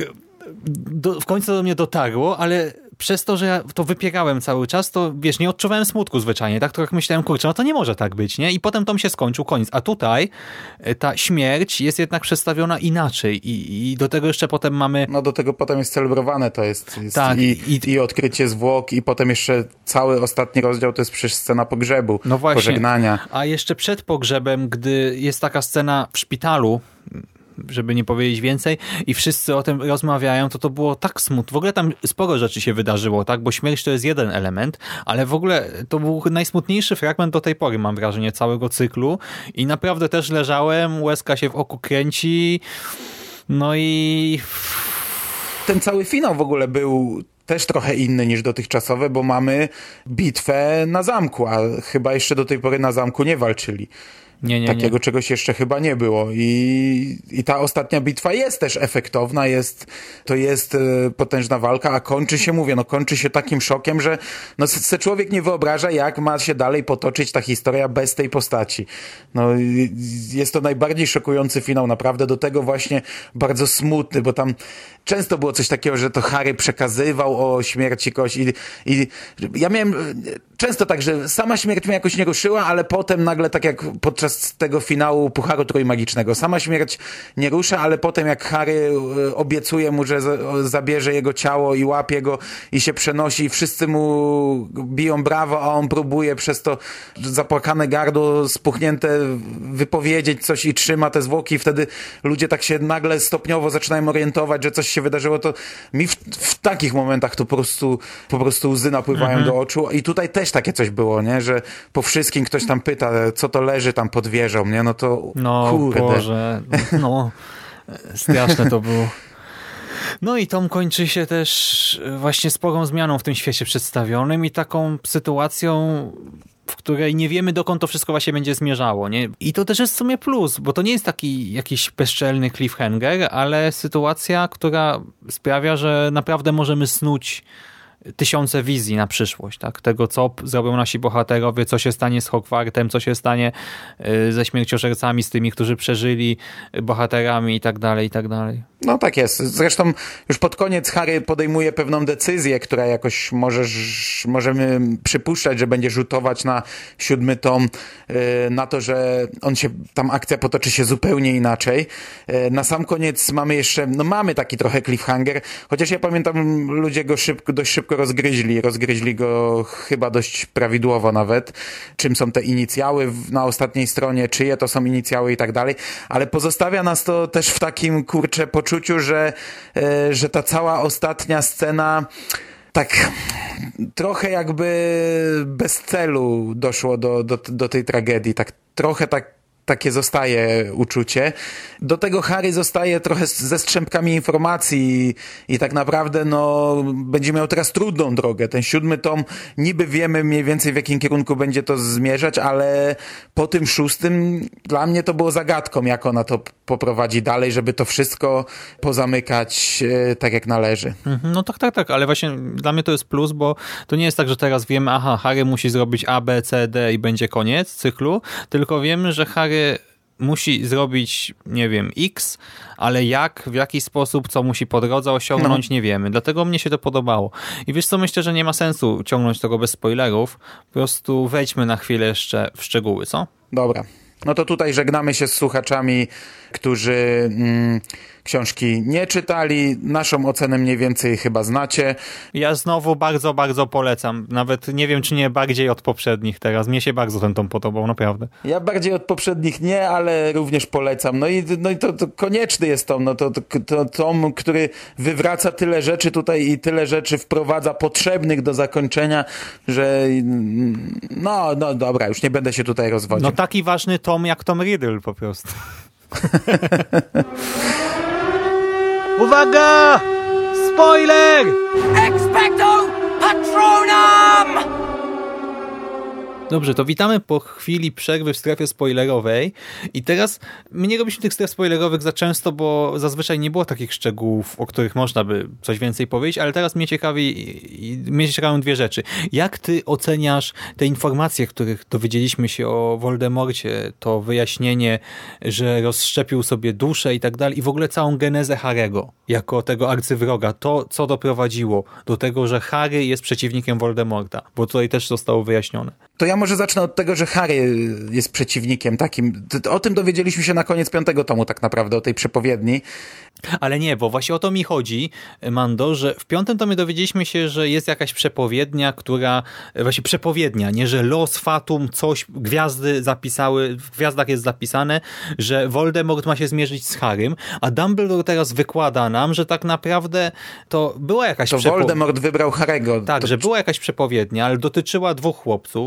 Speaker 7: do, w końcu do mnie dotarło, ale przez to, że ja to wypierałem cały czas, to wiesz, nie odczuwałem smutku zwyczajnie, tak? To jak myślałem, kurczę, no to nie może tak być, nie? I potem tom się skończył, koniec. A tutaj ta śmierć jest jednak przedstawiona inaczej i, i do tego jeszcze potem mamy...
Speaker 9: No do tego potem jest celebrowane, to jest, jest
Speaker 7: tak,
Speaker 9: i,
Speaker 7: i,
Speaker 9: i odkrycie zwłok i potem jeszcze cały ostatni rozdział to jest przecież scena pogrzebu,
Speaker 7: no właśnie,
Speaker 9: pożegnania.
Speaker 7: A jeszcze przed pogrzebem, gdy jest taka scena w szpitalu, żeby nie powiedzieć więcej i wszyscy o tym rozmawiają, to to było tak smutne. W ogóle tam sporo rzeczy się wydarzyło, tak? Bo śmierć to jest jeden element, ale w ogóle to był najsmutniejszy fragment do tej pory, mam wrażenie, całego cyklu i naprawdę też leżałem, łezka się w oku kręci, no i
Speaker 9: ten cały finał w ogóle był też trochę inny niż dotychczasowe, bo mamy bitwę na zamku, a chyba jeszcze do tej pory na zamku nie walczyli.
Speaker 7: Nie, nie,
Speaker 9: Takiego
Speaker 7: nie.
Speaker 9: czegoś jeszcze chyba nie było. I, I ta ostatnia bitwa jest też efektowna, jest, to jest e, potężna walka, a kończy się, mówię, no kończy się takim szokiem, że no se człowiek nie wyobraża, jak ma się dalej potoczyć ta historia bez tej postaci. No jest to najbardziej szokujący finał, naprawdę, do tego właśnie bardzo smutny, bo tam często było coś takiego, że to Harry przekazywał o śmierci kogoś i, i ja miałem często tak, że sama śmierć mnie jakoś nie ruszyła, ale potem nagle, tak jak podczas tego finału Pucharu Trójmagicznego, sama śmierć nie rusza, ale potem jak Harry obiecuje mu, że zabierze jego ciało i łapie go i się przenosi i wszyscy mu biją brawo, a on próbuje przez to zapłakane gardło spuchnięte wypowiedzieć coś i trzyma te zwłoki i wtedy ludzie tak się nagle stopniowo zaczynają orientować, że coś się wydarzyło, to mi w, w takich momentach to po prostu, po prostu łzy napływają mhm. do oczu i tutaj też takie coś było, nie? Że po wszystkim ktoś tam pyta, co to leży tam pod wieżą, nie? No to
Speaker 7: no,
Speaker 9: kurde.
Speaker 7: Boże, no straszne to było. No i Tom kończy się też właśnie sporą zmianą w tym świecie przedstawionym i taką sytuacją, w której nie wiemy, dokąd to wszystko właśnie będzie zmierzało, nie? I to też jest w sumie plus, bo to nie jest taki jakiś bezczelny cliffhanger, ale sytuacja, która sprawia, że naprawdę możemy snuć tysiące wizji na przyszłość, tak? Tego, co zrobią nasi bohaterowie, co się stanie z Hogwartem, co się stanie ze śmierciożercami, z tymi, którzy przeżyli, bohaterami i tak dalej, i tak dalej.
Speaker 9: No tak jest. Zresztą już pod koniec Harry podejmuje pewną decyzję, która jakoś możesz, możemy przypuszczać, że będzie rzutować na siódmy tom, na to, że on się, tam akcja potoczy się zupełnie inaczej. Na sam koniec mamy jeszcze, no mamy taki trochę cliffhanger, chociaż ja pamiętam, ludzie go szybko, dość szybko rozgryźli. Rozgryźli go chyba dość prawidłowo nawet. Czym są te inicjały na ostatniej stronie, czyje to są inicjały i tak dalej. Ale pozostawia nas to też w takim, kurczę, poczuciu, że, e, że ta cała ostatnia scena tak trochę jakby bez celu doszło do, do, do tej tragedii. Tak trochę tak takie zostaje uczucie. Do tego Harry zostaje trochę ze strzępkami informacji i, i tak naprawdę no, będzie miał teraz trudną drogę. Ten siódmy tom, niby wiemy mniej więcej w jakim kierunku będzie to zmierzać, ale po tym szóstym dla mnie to było zagadką, jak ona to poprowadzi dalej, żeby to wszystko pozamykać e, tak jak należy.
Speaker 7: No tak, tak, tak, ale właśnie dla mnie to jest plus, bo to nie jest tak, że teraz wiemy, aha, Harry musi zrobić A, B, C, D i będzie koniec cyklu, tylko wiemy, że Harry musi zrobić, nie wiem, X, ale jak, w jaki sposób, co musi po drodze osiągnąć, no. nie wiemy. Dlatego mnie się to podobało. I wiesz co, myślę, że nie ma sensu ciągnąć tego bez spoilerów. Po prostu wejdźmy na chwilę jeszcze w szczegóły, co?
Speaker 9: Dobra. No to tutaj żegnamy się z słuchaczami, którzy mm, książki nie czytali. Naszą ocenę mniej więcej chyba znacie.
Speaker 7: Ja znowu bardzo, bardzo polecam. Nawet nie wiem, czy nie bardziej od poprzednich teraz. Mnie się bardzo ten tom podobał, naprawdę.
Speaker 9: Ja bardziej od poprzednich nie, ale również polecam. No i, no i to, to konieczny jest tom. No to, to, to tom, który wywraca tyle rzeczy tutaj i tyle rzeczy wprowadza potrzebnych do zakończenia, że no, no dobra, już nie będę się tutaj rozwodził.
Speaker 7: No taki ważny tom jak Tom Riddle po prostu. Uwaga! Spoiler!
Speaker 2: Expecto Patronum!
Speaker 7: Dobrze, to witamy po chwili przerwy w strefie spoilerowej i teraz my nie robiliśmy tych stref spoilerowych za często, bo zazwyczaj nie było takich szczegółów, o których można by coś więcej powiedzieć, ale teraz mnie ciekawi, mnie ciekawią dwie rzeczy. Jak ty oceniasz te informacje, których dowiedzieliśmy się o Voldemorcie, to wyjaśnienie, że rozszczepił sobie duszę i tak dalej i w ogóle całą genezę Harry'ego jako tego arcywroga, to co doprowadziło do tego, że Harry jest przeciwnikiem Voldemorta, bo tutaj też zostało wyjaśnione.
Speaker 9: To ja może zacznę od tego, że Harry jest przeciwnikiem takim. O tym dowiedzieliśmy się na koniec piątego tomu tak naprawdę, o tej przepowiedni.
Speaker 7: Ale nie, bo właśnie o to mi chodzi, Mando, że w piątym tomie dowiedzieliśmy się, że jest jakaś przepowiednia, która, właśnie przepowiednia, nie, że los, fatum, coś, gwiazdy zapisały, w gwiazdach jest zapisane, że Voldemort ma się zmierzyć z Harrym, a Dumbledore teraz wykłada nam, że tak naprawdę to była jakaś
Speaker 9: to
Speaker 7: przepowiednia.
Speaker 9: Voldemort wybrał Harry'ego.
Speaker 7: Tak,
Speaker 9: to...
Speaker 7: że była jakaś przepowiednia, ale dotyczyła dwóch chłopców,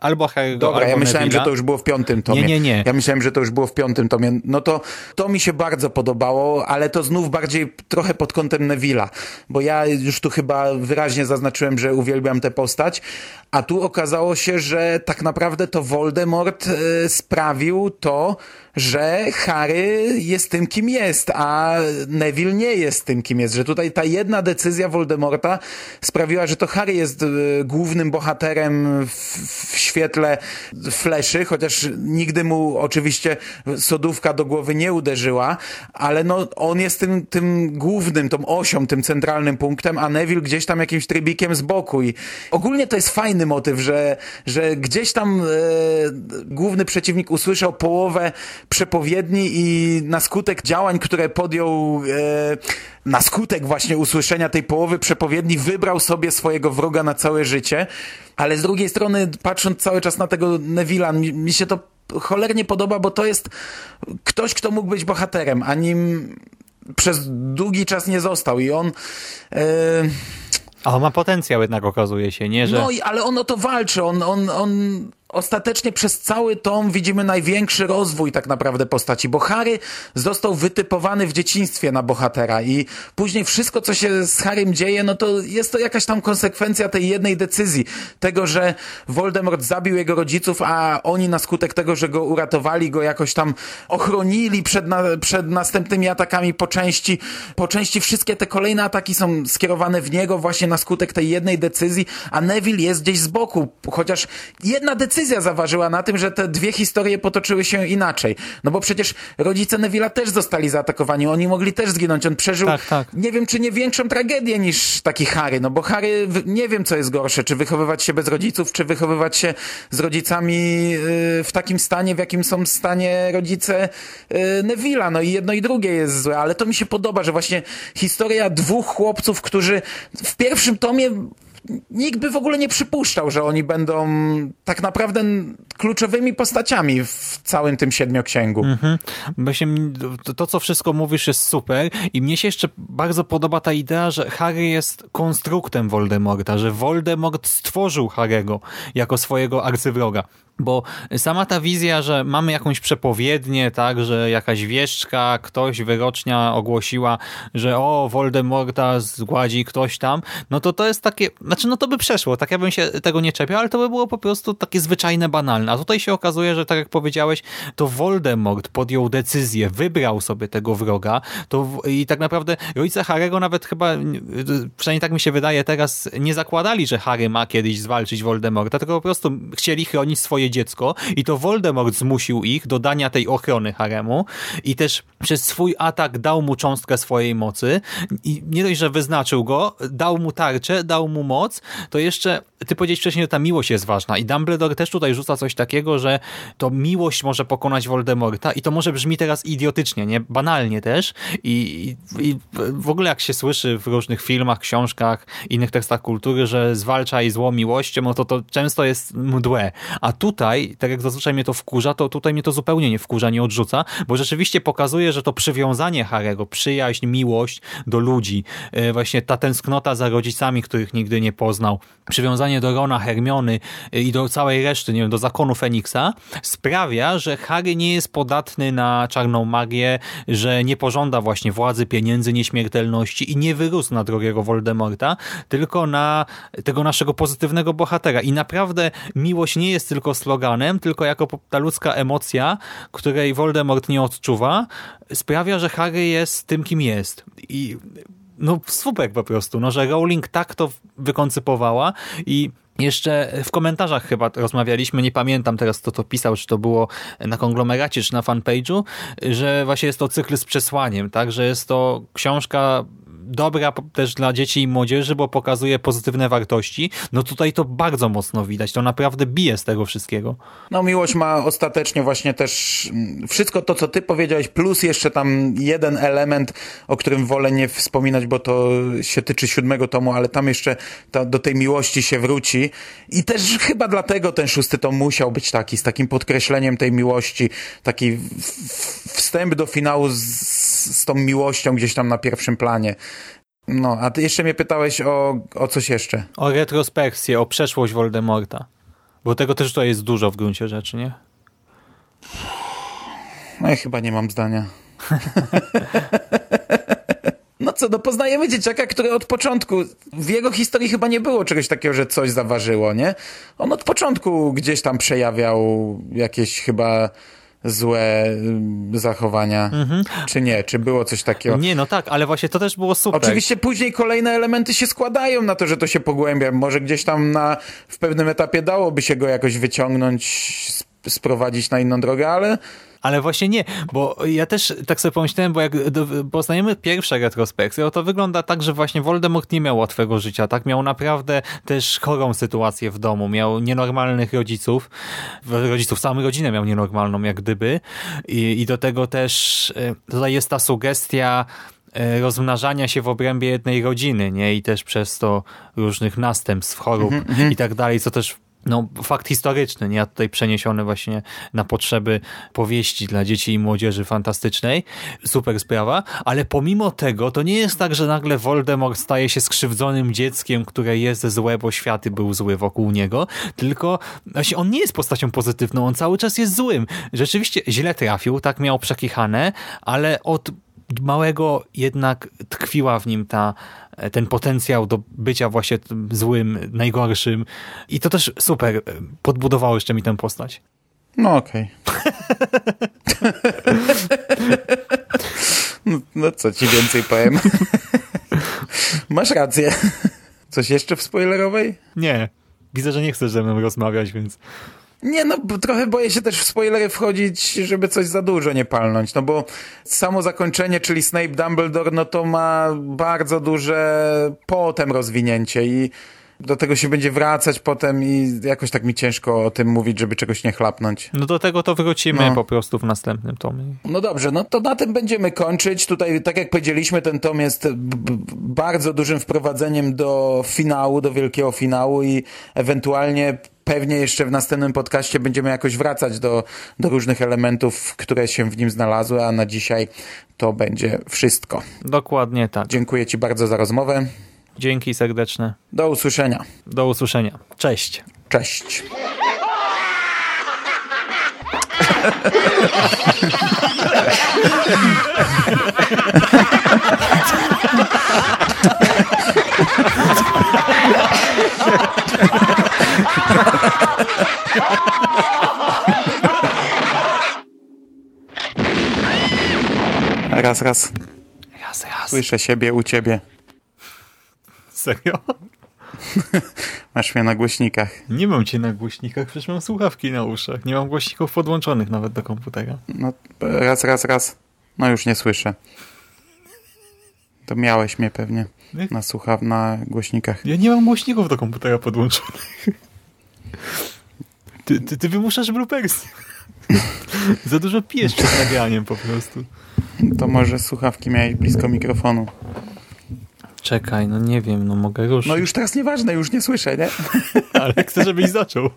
Speaker 7: albo Harry'ego,
Speaker 9: Dobra,
Speaker 7: albo
Speaker 9: ja myślałem,
Speaker 7: Neville'a.
Speaker 9: że to już było w piątym tomie.
Speaker 7: Nie, nie, nie.
Speaker 9: Ja myślałem, że to już było w piątym tomie. No to to mi się bardzo podobało, ale to znów bardziej trochę pod kątem Neville'a, bo ja już tu chyba wyraźnie zaznaczyłem, że uwielbiam tę postać, a tu okazało się, że tak naprawdę to Voldemort y, sprawił to, że Harry jest tym, kim jest, a Neville nie jest tym, kim jest, że tutaj ta jedna decyzja Voldemorta sprawiła, że to Harry jest y, głównym bohaterem w, w świetle Fleszy, chociaż nigdy mu oczywiście sodówka do głowy nie uderzyła, ale no on jest tym, tym głównym, tą osią, tym centralnym punktem, a Neville gdzieś tam jakimś trybikiem z boku i ogólnie to jest fajny motyw, że, że gdzieś tam e, główny przeciwnik usłyszał połowę przepowiedni i na skutek działań, które podjął e, na skutek właśnie usłyszenia tej połowy przepowiedni wybrał sobie swojego wroga na całe życie, ale z drugiej strony patrząc cały czas na tego Neville'a, mi, mi się to cholernie podoba, bo to jest ktoś, kto mógł być bohaterem, a nim przez długi czas nie został i on... Yy...
Speaker 7: A on ma potencjał jednak, okazuje się, nie? Że...
Speaker 9: No, i, ale on o to walczy, on, on, on ostatecznie przez cały tom widzimy największy rozwój tak naprawdę postaci, bo Harry został wytypowany w dzieciństwie na bohatera i później wszystko, co się z Harrym dzieje, no to jest to jakaś tam konsekwencja tej jednej decyzji. Tego, że Voldemort zabił jego rodziców, a oni na skutek tego, że go uratowali, go jakoś tam ochronili przed, na, przed następnymi atakami po części. Po części wszystkie te kolejne ataki są skierowane w niego właśnie na skutek tej jednej decyzji, a Neville jest gdzieś z boku, chociaż jedna decyzja zaważyła na tym, że te dwie historie potoczyły się inaczej. No bo przecież rodzice Neville'a też zostali zaatakowani, oni mogli też zginąć. On przeżył,
Speaker 7: tak, tak.
Speaker 9: nie wiem, czy nie większą tragedię niż taki Harry, no bo Harry, nie wiem, co jest gorsze, czy wychowywać się bez rodziców, czy wychowywać się z rodzicami yy, w takim stanie, w jakim są w stanie rodzice yy, Neville'a. No i jedno i drugie jest złe, ale to mi się podoba, że właśnie historia dwóch chłopców, którzy w pierwszym tomie nikt by w ogóle nie przypuszczał, że oni będą tak naprawdę kluczowymi postaciami w całym tym siedmioksięgu.
Speaker 7: Mhm. Właśnie to, to, co wszystko mówisz, jest super i mnie się jeszcze bardzo podoba ta idea, że Harry jest konstruktem Voldemorta, że Voldemort stworzył Harry'ego jako swojego arcywroga. Bo sama ta wizja, że mamy jakąś przepowiednię, tak, że jakaś wieszczka, ktoś, wyrocznia ogłosiła, że o, Voldemorta zgładzi ktoś tam, no to to jest takie, znaczy no to by przeszło, tak ja bym się tego nie czepiał, ale to by było po prostu takie zwyczajne, banalne. A tutaj się okazuje, że tak jak powiedziałeś, to Voldemort podjął decyzję, wybrał sobie tego wroga to i tak naprawdę rodzice Harry'ego nawet chyba, przynajmniej tak mi się wydaje teraz, nie zakładali, że Harry ma kiedyś zwalczyć Voldemorta, tylko po prostu chcieli chronić swoje dziecko i to Voldemort zmusił ich do dania tej ochrony Haremu i też przez swój atak dał mu cząstkę swojej mocy i nie dość, że wyznaczył go, dał mu tarczę, dał mu moc, to jeszcze ty powiedziałeś wcześniej, że ta miłość jest ważna i Dumbledore też tutaj rzuca coś takiego, że to miłość może pokonać Voldemorta i to może brzmi teraz idiotycznie, nie? Banalnie też i, i, i w ogóle jak się słyszy w różnych filmach, książkach, innych tekstach kultury, że zwalczaj zło miłością, no to to często jest mdłe, a tutaj, tak jak zazwyczaj mnie to wkurza, to tutaj mnie to zupełnie nie wkurza, nie odrzuca, bo rzeczywiście pokazuje, że to przywiązanie Harry'ego, przyjaźń, miłość do ludzi, właśnie ta tęsknota za rodzicami, których nigdy nie poznał, przywiązanie do Rona, Hermiony i do całej reszty, nie wiem, do zakonu Feniksa, sprawia, że Harry nie jest podatny na czarną magię, że nie pożąda właśnie władzy, pieniędzy, nieśmiertelności i nie wyrósł na drogiego Voldemorta, tylko na tego naszego pozytywnego bohatera. I naprawdę miłość nie jest tylko sloganem, tylko jako ta ludzka emocja, której Voldemort nie odczuwa, sprawia, że Harry jest tym, kim jest. I no super po prostu, no, że Rowling tak to wykoncypowała i jeszcze w komentarzach chyba rozmawialiśmy, nie pamiętam teraz kto to pisał, czy to było na konglomeracie, czy na fanpage'u, że właśnie jest to cykl z przesłaniem, tak, że jest to książka dobra też dla dzieci i młodzieży, bo pokazuje pozytywne wartości. No tutaj to bardzo mocno widać. To naprawdę bije z tego wszystkiego.
Speaker 9: No miłość ma ostatecznie właśnie też wszystko to, co ty powiedziałeś, plus jeszcze tam jeden element, o którym wolę nie wspominać, bo to się tyczy siódmego tomu, ale tam jeszcze ta, do tej miłości się wróci. I też chyba dlatego ten szósty tom musiał być taki, z takim podkreśleniem tej miłości, taki w, w, wstęp do finału z, z tą miłością gdzieś tam na pierwszym planie. No, a ty jeszcze mnie pytałeś o, o coś jeszcze.
Speaker 7: O retrospekcję, o przeszłość Voldemorta. Bo tego też tutaj jest dużo w gruncie rzeczy, nie?
Speaker 9: No ja chyba nie mam zdania. No co, no poznajemy dzieciaka, który od początku, w jego historii chyba nie było czegoś takiego, że coś zaważyło, nie? On od początku gdzieś tam przejawiał jakieś chyba złe zachowania, mhm. czy nie? Czy było coś takiego?
Speaker 7: Nie, no tak, ale właśnie to też było super.
Speaker 9: Oczywiście później kolejne elementy się składają na to, że to się pogłębia. Może gdzieś tam na, w pewnym etapie dałoby się go jakoś wyciągnąć, sprowadzić na inną drogę, ale...
Speaker 7: Ale właśnie nie, bo ja też tak sobie pomyślałem, bo jak poznajemy pierwsze retrospekcje, to wygląda tak, że właśnie Voldemort nie miał łatwego życia, tak? Miał naprawdę też chorą sytuację w domu, miał nienormalnych rodziców, rodziców, całą rodzinę miał nienormalną jak gdyby i, i do tego też tutaj jest ta sugestia rozmnażania się w obrębie jednej rodziny, nie? I też przez to różnych następstw, chorób mm-hmm. i tak dalej, co też no, fakt historyczny, nie? A tutaj przeniesiony właśnie na potrzeby powieści dla dzieci i młodzieży fantastycznej. Super sprawa, ale pomimo tego to nie jest tak, że nagle Voldemort staje się skrzywdzonym dzieckiem, które jest złe, bo świat był zły wokół niego, tylko właśnie on nie jest postacią pozytywną, on cały czas jest złym. Rzeczywiście źle trafił, tak miał przekichane, ale od małego jednak tkwiła w nim ta ten potencjał do bycia właśnie tym złym, najgorszym. I to też super podbudowało jeszcze mi tę postać.
Speaker 9: No okej. Okay. no, no co ci więcej powiem? Masz rację. Coś jeszcze w spoilerowej?
Speaker 7: Nie. Widzę, że nie chcesz ze mną rozmawiać, więc...
Speaker 9: Nie, no trochę boję się też w spoilery wchodzić, żeby coś za dużo nie palnąć, no bo samo zakończenie, czyli Snape Dumbledore, no to ma bardzo duże potem rozwinięcie i do tego się będzie wracać potem i jakoś tak mi ciężko o tym mówić, żeby czegoś nie chlapnąć.
Speaker 7: No do tego to wrócimy
Speaker 9: no.
Speaker 7: po prostu w następnym tomie.
Speaker 9: No dobrze, no to na tym będziemy kończyć. Tutaj, tak jak powiedzieliśmy, ten tom jest b- b- bardzo dużym wprowadzeniem do finału, do wielkiego finału i ewentualnie pewnie jeszcze w następnym podcaście będziemy jakoś wracać do, do różnych elementów, które się w nim znalazły, a na dzisiaj to będzie wszystko.
Speaker 7: Dokładnie tak.
Speaker 9: Dziękuję ci bardzo za rozmowę.
Speaker 7: Dzięki serdeczne.
Speaker 9: Do usłyszenia.
Speaker 7: Do usłyszenia. Cześć.
Speaker 9: Cześć. Raz, raz.
Speaker 7: Raz, raz.
Speaker 9: Słyszę siebie u ciebie.
Speaker 7: Serio?
Speaker 9: Masz mnie na głośnikach.
Speaker 7: Nie mam cię na głośnikach, przecież mam słuchawki na uszach. Nie mam głośników podłączonych nawet do komputera.
Speaker 9: No, raz, raz, raz. No już nie słyszę. To miałeś mnie pewnie na słuchaw, na głośnikach.
Speaker 7: Ja nie mam głośników do komputera podłączonych. Ty, ty, ty wymuszasz bloopersy. Za dużo pijesz przed nagraniem po prostu.
Speaker 9: To może słuchawki miałeś blisko mikrofonu.
Speaker 7: Czekaj, no nie wiem, no mogę ruszyć.
Speaker 9: No już teraz nieważne, już nie słyszę, nie?
Speaker 7: Ale chcę, żebyś zaczął.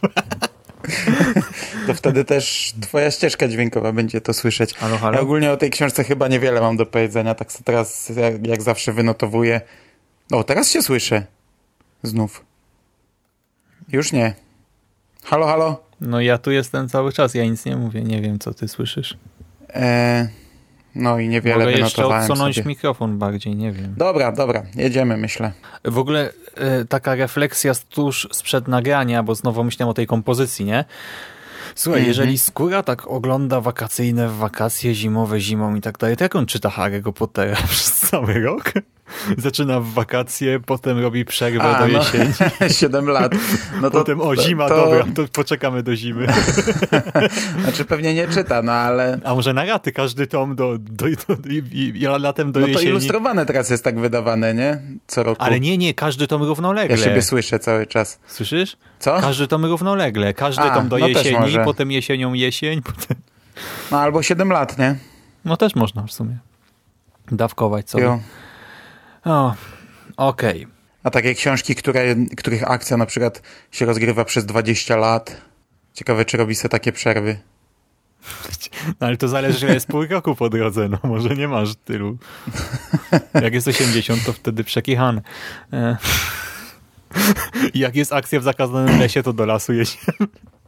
Speaker 9: To wtedy też twoja ścieżka dźwiękowa będzie to słyszeć.
Speaker 7: Halo, halo?
Speaker 9: Ja ogólnie o tej książce chyba niewiele mam do powiedzenia, tak sobie teraz jak, jak zawsze wynotowuję. O, teraz się słyszę. Znów. Już nie. Halo, halo?
Speaker 7: No ja tu jestem cały czas, ja nic nie mówię, nie wiem co ty słyszysz.
Speaker 9: Eee, no i niewiele
Speaker 7: Mogę
Speaker 9: wynotowałem
Speaker 7: jeszcze odsunąć
Speaker 9: sobie.
Speaker 7: mikrofon bardziej, nie wiem.
Speaker 9: Dobra, dobra, jedziemy, myślę.
Speaker 7: W ogóle e, taka refleksja tuż sprzed nagrania, bo znowu myślałem o tej kompozycji, nie? Słuchaj, mm-hmm. jeżeli Skóra tak ogląda wakacyjne w wakacje, zimowe zimą i tak dalej, to jak on czyta Harry'ego Pottera przez cały rok? Zaczyna w wakacje, potem robi przerwę
Speaker 9: A,
Speaker 7: do
Speaker 9: no,
Speaker 7: jesieni.
Speaker 9: siedem lat. No to,
Speaker 7: potem o, zima,
Speaker 9: to,
Speaker 7: dobra, to poczekamy do zimy.
Speaker 9: Znaczy pewnie nie czyta, no ale...
Speaker 7: A może na raty każdy tom do, do, do, do i, i latem do
Speaker 9: no
Speaker 7: jesieni.
Speaker 9: No to ilustrowane teraz jest tak wydawane, nie? Co roku.
Speaker 7: Ale nie, nie, każdy tom równolegle.
Speaker 9: Ja siebie słyszę cały czas.
Speaker 7: Słyszysz?
Speaker 9: Co?
Speaker 7: Każdy tom równolegle. Każdy
Speaker 9: A,
Speaker 7: tom do
Speaker 9: no
Speaker 7: jesieni, potem jesienią jesień. Potem...
Speaker 9: No albo siedem lat, nie?
Speaker 7: No też można w sumie. Dawkować sobie.
Speaker 9: Jo.
Speaker 7: O, okej. Okay.
Speaker 9: A takie książki, które, których akcja na przykład się rozgrywa przez dwadzieścia lat. Ciekawe, czy robi sobie takie przerwy.
Speaker 7: No ale to zależy, że jest pół roku po drodze. No może nie masz tylu. Jak jest osiemdziesiąt, to wtedy przekichane. Jak jest akcja w zakazanym lesie, to do lasu jedziemy.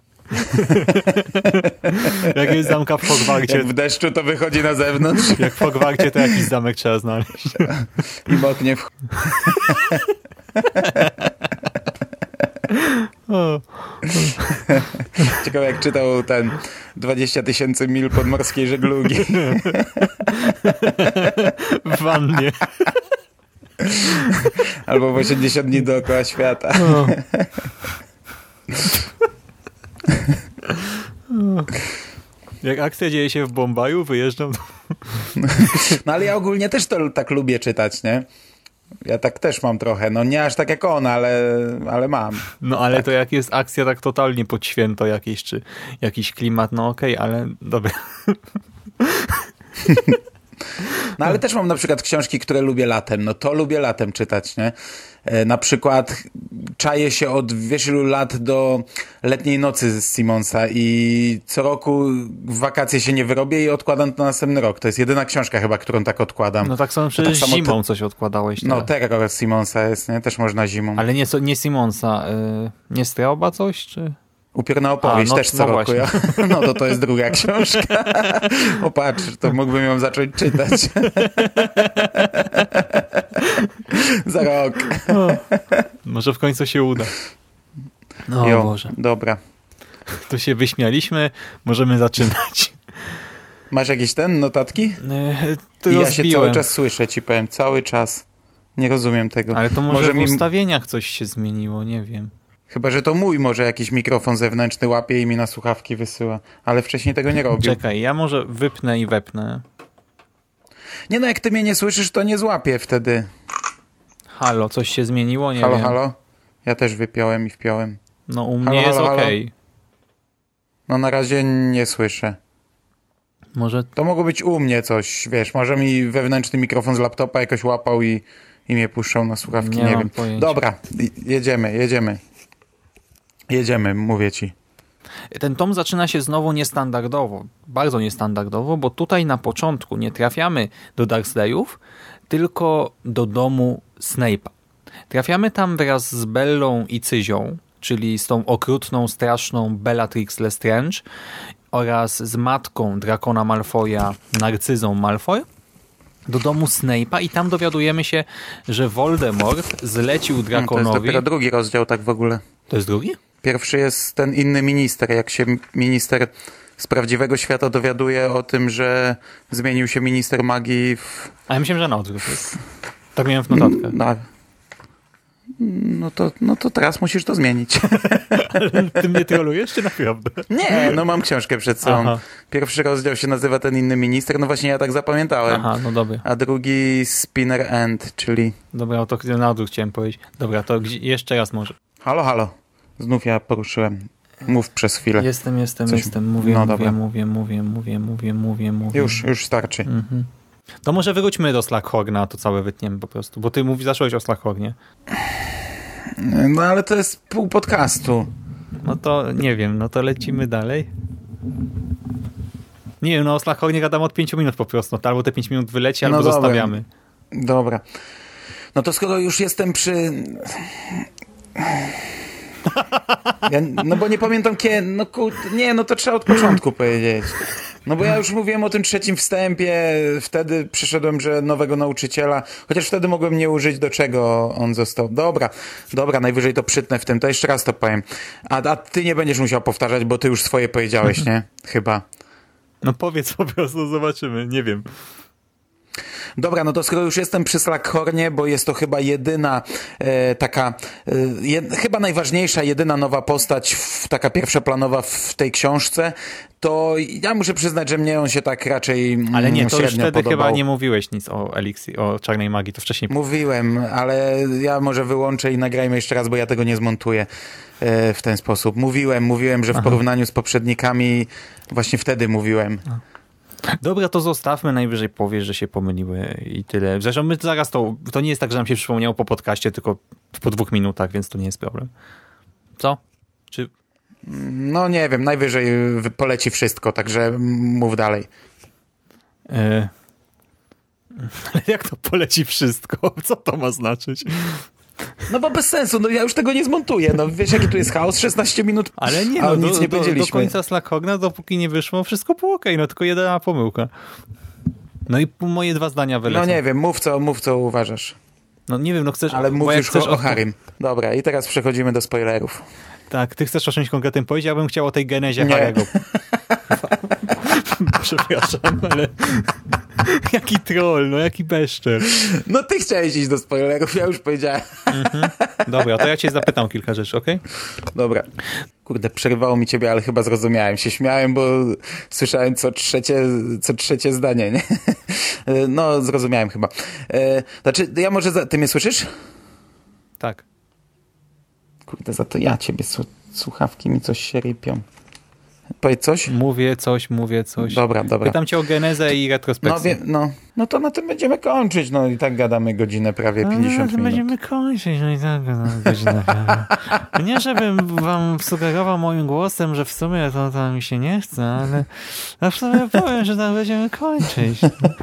Speaker 7: Jak jest zamka w Hogwarcie...
Speaker 9: Jak w deszczu, to wychodzi na zewnątrz.
Speaker 7: Jak w Hogwarcie, to jakiś zamek trzeba znaleźć.
Speaker 9: I moknie w... Ciekawe, jak czytał ten dwadzieścia tysięcy mil podmorskiej żeglugi.
Speaker 7: W wannie.
Speaker 9: Albo w osiemdziesiąt dni dookoła świata.
Speaker 7: No. Jak akcja dzieje się w Bombaju, wyjeżdżam...
Speaker 9: No ale ja ogólnie też to tak lubię czytać, nie? Ja tak też mam trochę. No nie aż tak jak on, ale, ale mam.
Speaker 7: No ale
Speaker 9: tak.
Speaker 7: To jak jest akcja tak totalnie pod święto jakieś, czy jakiś klimat, no okej, okay, ale dobra.
Speaker 9: No ale też mam na przykład książki, które lubię latem. No to lubię latem czytać, nie? Na przykład czaję się od wiesz ilu lat do Letniej nocy z Simonsa i co roku w wakacje się nie wyrobię i odkładam to na następny rok. To jest jedyna książka chyba, którą tak odkładam.
Speaker 7: No tak samo przecież
Speaker 9: tak samo
Speaker 7: zimą
Speaker 9: to...
Speaker 7: coś odkładałeś.
Speaker 9: No
Speaker 7: teraz.
Speaker 9: Terror z Simonsa jest, nie? Też można zimą.
Speaker 7: Ale nie, nie Simonsa, yy, nie Strauba coś, czy...
Speaker 9: Upiorna opowieść,
Speaker 7: A, no,
Speaker 9: też co
Speaker 7: no
Speaker 9: roku. Ja. No to to jest druga książka. O patrz, to mógłbym ją zacząć czytać. Za rok.
Speaker 7: O, może w końcu się uda. No
Speaker 9: jo,
Speaker 7: Boże.
Speaker 9: Dobra.
Speaker 7: Tu się wyśmialiśmy, możemy zaczynać.
Speaker 9: Masz jakieś ten, notatki?
Speaker 7: Yy, to
Speaker 9: I ja
Speaker 7: rozbiłem.
Speaker 9: się cały czas słyszę, ci powiem, cały czas. Nie rozumiem tego.
Speaker 7: Ale to może, może w
Speaker 9: mi...
Speaker 7: ustawieniach coś się zmieniło, nie wiem.
Speaker 9: Chyba, że to mój może jakiś mikrofon zewnętrzny łapie i mi na słuchawki wysyła. Ale wcześniej tego nie robił.
Speaker 7: Czekaj, ja może wypnę i wepnę.
Speaker 9: Nie no, jak ty mnie nie słyszysz, to nie złapię wtedy.
Speaker 7: Halo, coś się zmieniło? Nie
Speaker 9: halo,
Speaker 7: wiem.
Speaker 9: halo? Ja też wypiąłem i wpiąłem.
Speaker 7: No u mnie
Speaker 9: halo,
Speaker 7: jest
Speaker 9: halo,
Speaker 7: okej.
Speaker 9: Okay. No na razie nie słyszę.
Speaker 7: Może...
Speaker 9: To mogło być u mnie coś, wiesz, może mi wewnętrzny mikrofon z laptopa jakoś łapał i, i mnie puszczał na słuchawki,
Speaker 7: nie,
Speaker 9: nie
Speaker 7: mam
Speaker 9: wiem.
Speaker 7: pojęcia.
Speaker 9: Dobra, jedziemy, jedziemy. Jedziemy, mówię ci.
Speaker 7: Ten tom zaczyna się znowu niestandardowo, bardzo niestandardowo, bo tutaj na początku nie trafiamy do Dursleyów, tylko do domu Snape'a. Trafiamy tam wraz z Bellą i Cyzią, czyli z tą okrutną, straszną Bellatrix Lestrange oraz z matką Drakona Malfoya, Narcyzą Malfoy, do domu Snape'a i tam dowiadujemy się, że Voldemort zlecił Drakonowi...
Speaker 9: To jest dopiero drugi rozdział tak w ogóle.
Speaker 7: To jest drugi?
Speaker 9: Pierwszy jest ten inny minister, jak się minister z prawdziwego świata dowiaduje o tym, że zmienił się minister magii w...
Speaker 7: A ja myślałem, że na odwrót jest. Tak miałem w notatkach.
Speaker 9: No, no, to, no to teraz musisz to zmienić.
Speaker 7: Ale ty mnie trolujesz, czy naprawdę?
Speaker 9: Nie, no mam książkę przed sobą.
Speaker 7: Aha.
Speaker 9: Pierwszy rozdział się nazywa Ten inny minister, no właśnie ja tak zapamiętałem.
Speaker 7: Aha, no dobra.
Speaker 9: A drugi Spinner End, czyli...
Speaker 7: Dobra, to na odwrót chciałem powiedzieć. Dobra, to gdzie, jeszcze raz może.
Speaker 9: Halo, halo. Znów ja poruszyłem. Mów przez chwilę.
Speaker 7: Jestem, jestem,
Speaker 9: Coś...
Speaker 7: jestem. Mówię,
Speaker 9: no,
Speaker 7: mówię,
Speaker 9: dobra.
Speaker 7: mówię, mówię, mówię, mówię, mówię, mówię.
Speaker 9: Już, już starczy.
Speaker 7: Mhm. To może wróćmy do Slughorna, to całe wytniemy po prostu. Bo ty mówisz, zacząłeś o Slughornie.
Speaker 9: No ale to jest pół podcastu.
Speaker 7: No to nie wiem, no to lecimy dalej. Nie wiem, no o Slughornie gadam od pięciu minut po prostu. No, albo te pięć minut wyleci, albo
Speaker 9: no dobra.
Speaker 7: zostawiamy.
Speaker 9: Dobra. No to skoro już jestem przy... Ja, no bo nie pamiętam kiedy... No kur... Nie, no to trzeba od początku powiedzieć. No bo ja już mówiłem o tym trzecim wstępie, wtedy przyszedłem, że nowego nauczyciela, chociaż wtedy mogłem nie użyć, do czego on został. Dobra, dobra, najwyżej to przytnę w tym, to jeszcze raz to powiem. A, a ty nie będziesz musiał powtarzać, bo ty już swoje powiedziałeś, nie? Chyba.
Speaker 7: No powiedz po prostu, zobaczymy, nie wiem.
Speaker 9: Dobra, no to skoro już jestem przy Slughornie, bo jest to chyba jedyna e, taka, e, je, chyba najważniejsza, jedyna nowa postać, w, taka pierwszoplanowa w tej książce, to ja muszę przyznać, że mnie on się tak raczej mm,
Speaker 7: Ale nie, to już wtedy
Speaker 9: podobał.
Speaker 7: chyba nie mówiłeś nic o eliksir, o czarnej magii, to wcześniej...
Speaker 9: Mówiłem, ale ja może wyłączę i nagrajmy jeszcze raz, bo ja tego nie zmontuję e, w ten sposób. Mówiłem, mówiłem, że w
Speaker 7: Aha.
Speaker 9: porównaniu z poprzednikami właśnie wtedy mówiłem.
Speaker 7: A. Dobra, to zostawmy, najwyżej powiesz, że się pomyliły i tyle. Zresztą my zaraz to, to nie jest tak, że nam się przypomniało po podcaście, tylko po dwóch minutach, więc to nie jest problem. Co? Czy...
Speaker 9: No nie wiem, najwyżej poleci wszystko, także mów dalej.
Speaker 7: E... Ale jak to poleci wszystko? Co to ma znaczyć?
Speaker 9: No bo bez sensu, no ja już tego nie zmontuję. No wiesz, jaki tu jest chaos? szesnaście minut,
Speaker 7: Ale nie,
Speaker 9: a
Speaker 7: no,
Speaker 9: nic
Speaker 7: do,
Speaker 9: nie
Speaker 7: do,
Speaker 9: powiedzieliśmy.
Speaker 7: do końca Slackhogna, dopóki nie wyszło, wszystko było okej, no tylko jedna pomyłka. No i moje dwa zdania wylecą.
Speaker 9: No nie wiem, mów co, mów co uważasz.
Speaker 7: No nie wiem, no chcesz...
Speaker 9: Ale mów
Speaker 7: bo jak
Speaker 9: już
Speaker 7: chcesz
Speaker 9: o, o Harrym. Dobra, i teraz przechodzimy do spoilerów.
Speaker 7: Tak, ty chcesz o czymś konkretnym powiedzieć, ja bym chciał o tej genezie
Speaker 9: Nie.
Speaker 7: Harry'ego. Przepraszam, ale... Jaki troll, no jaki beszczer.
Speaker 9: No ty chciałeś iść do spoilerów, ja już powiedziałem.
Speaker 7: Mhm. Dobra, to ja cię zapytam kilka rzeczy, okej? Okay?
Speaker 9: Dobra. Kurde, przerywało mi ciebie, ale chyba zrozumiałem. Się śmiałem, bo słyszałem co trzecie, co trzecie zdanie, nie? No, zrozumiałem chyba. E, znaczy, ja może... Za... Ty mnie słyszysz?
Speaker 7: Tak.
Speaker 9: Kurde, za to ja ciebie. Słuchawki mi coś się rypią. Powiedz coś?
Speaker 7: Mówię coś, mówię coś.
Speaker 9: Dobra, dobra.
Speaker 7: Pytam cię o genezę i retrospekcję.
Speaker 9: No, wie, no, no to na tym będziemy kończyć. No i tak gadamy godzinę, prawie pięćdziesiąt
Speaker 7: no,
Speaker 9: minut.
Speaker 7: Będziemy kończyć, no i tak gadamy godzinę prawie. Nie, żebym wam sugerował moim głosem, że w sumie to, to mi się nie chce, ale ja w sumie powiem, że tak będziemy kończyć.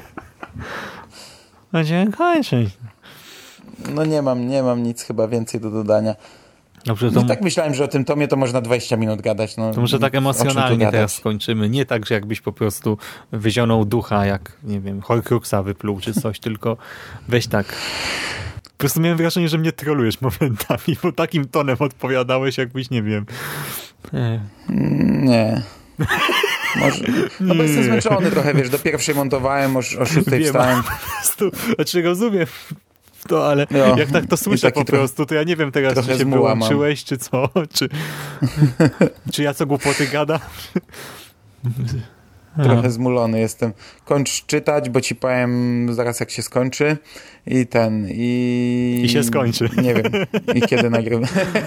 Speaker 7: Będziemy kończyć.
Speaker 9: No nie mam, nie mam nic chyba więcej do dodania.
Speaker 7: Dobrze, to
Speaker 9: no tak myślałem, że o tym tomie to można dwadzieścia minut gadać. No,
Speaker 7: to może tak emocjonalnie teraz skończymy. Nie tak, że jakbyś po prostu wyzionął ducha, jak, nie wiem, Horcruxa wypluł czy coś, tylko weź tak. Po prostu miałem wrażenie, że mnie trolujesz momentami, bo takim tonem odpowiadałeś, jakbyś, nie wiem... Nie.
Speaker 9: Nie. Może, no bo jestem zmęczony trochę, wiesz, do pierwszej montowałem, o, o szóstej wstałem.
Speaker 7: Po prostu, znaczy rozumiem to, ale
Speaker 9: jo,
Speaker 7: jak tak to słyszę po prostu, to ja nie wiem teraz, czy się wyłączyłeś, czy co, czy, czy ja co głupoty gadam.
Speaker 9: Trochę zmulony jestem. Kończ czytać, bo ci powiem zaraz jak się skończy i ten, i...
Speaker 7: I się skończy.
Speaker 9: Nie wiem. I kiedy nagrywam.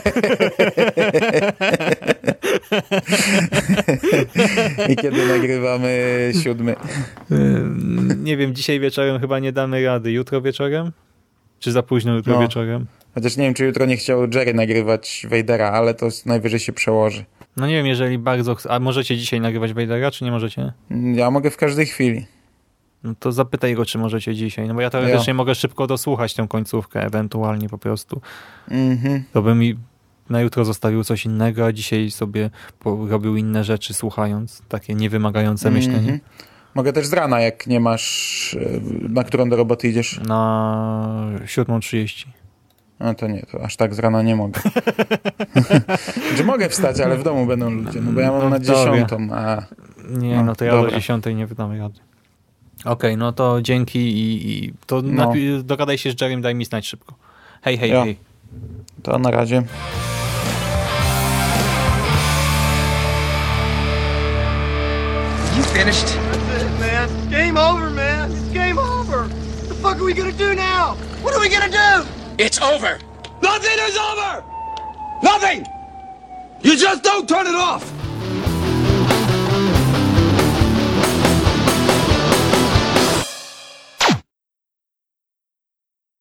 Speaker 9: I kiedy nagrywamy siódmy.
Speaker 7: Nie wiem, dzisiaj wieczorem chyba nie damy rady. Jutro wieczorem? Czy za późno jutro
Speaker 9: no.
Speaker 7: wieczorem?
Speaker 9: Chociaż nie wiem, czy jutro nie chciał Jerry nagrywać Vadera, ale to najwyżej się przełoży.
Speaker 7: No nie wiem, jeżeli bardzo... A możecie dzisiaj nagrywać Vadera, czy nie możecie?
Speaker 9: Ja mogę w każdej chwili.
Speaker 7: No to zapytaj go, czy możecie dzisiaj. No bo ja teoretycznie ja. mogę szybko dosłuchać tę końcówkę, ewentualnie po prostu.
Speaker 9: Mhm.
Speaker 7: To by mi na jutro zostawił coś innego, a dzisiaj sobie robił inne rzeczy słuchając. Takie niewymagające
Speaker 9: mhm.
Speaker 7: myślenie.
Speaker 9: Mogę też z rana, jak nie masz... Na którą do roboty idziesz?
Speaker 7: Na siódma trzydzieści.
Speaker 9: No to nie, to aż tak z rana nie mogę. Czy mogę wstać, ale w domu będą ludzie, no bo ja mam no na dziesiątą, a...
Speaker 7: Nie, no, no to ja dobra. do dziesiątej nie wydam rady. Okej, okay, no to dzięki i, i to no. napi- dogadaj się z Jerrym, daj mi znać szybko. Hej, hej,
Speaker 9: jo.
Speaker 7: hej.
Speaker 9: To na razie.
Speaker 2: You finished? That's it, man. Game over, man. It's game over. What the fuck are we gonna do now? What are we gonna do?
Speaker 8: It's over.
Speaker 2: Nothing is over! Nothing! You just don't turn it off!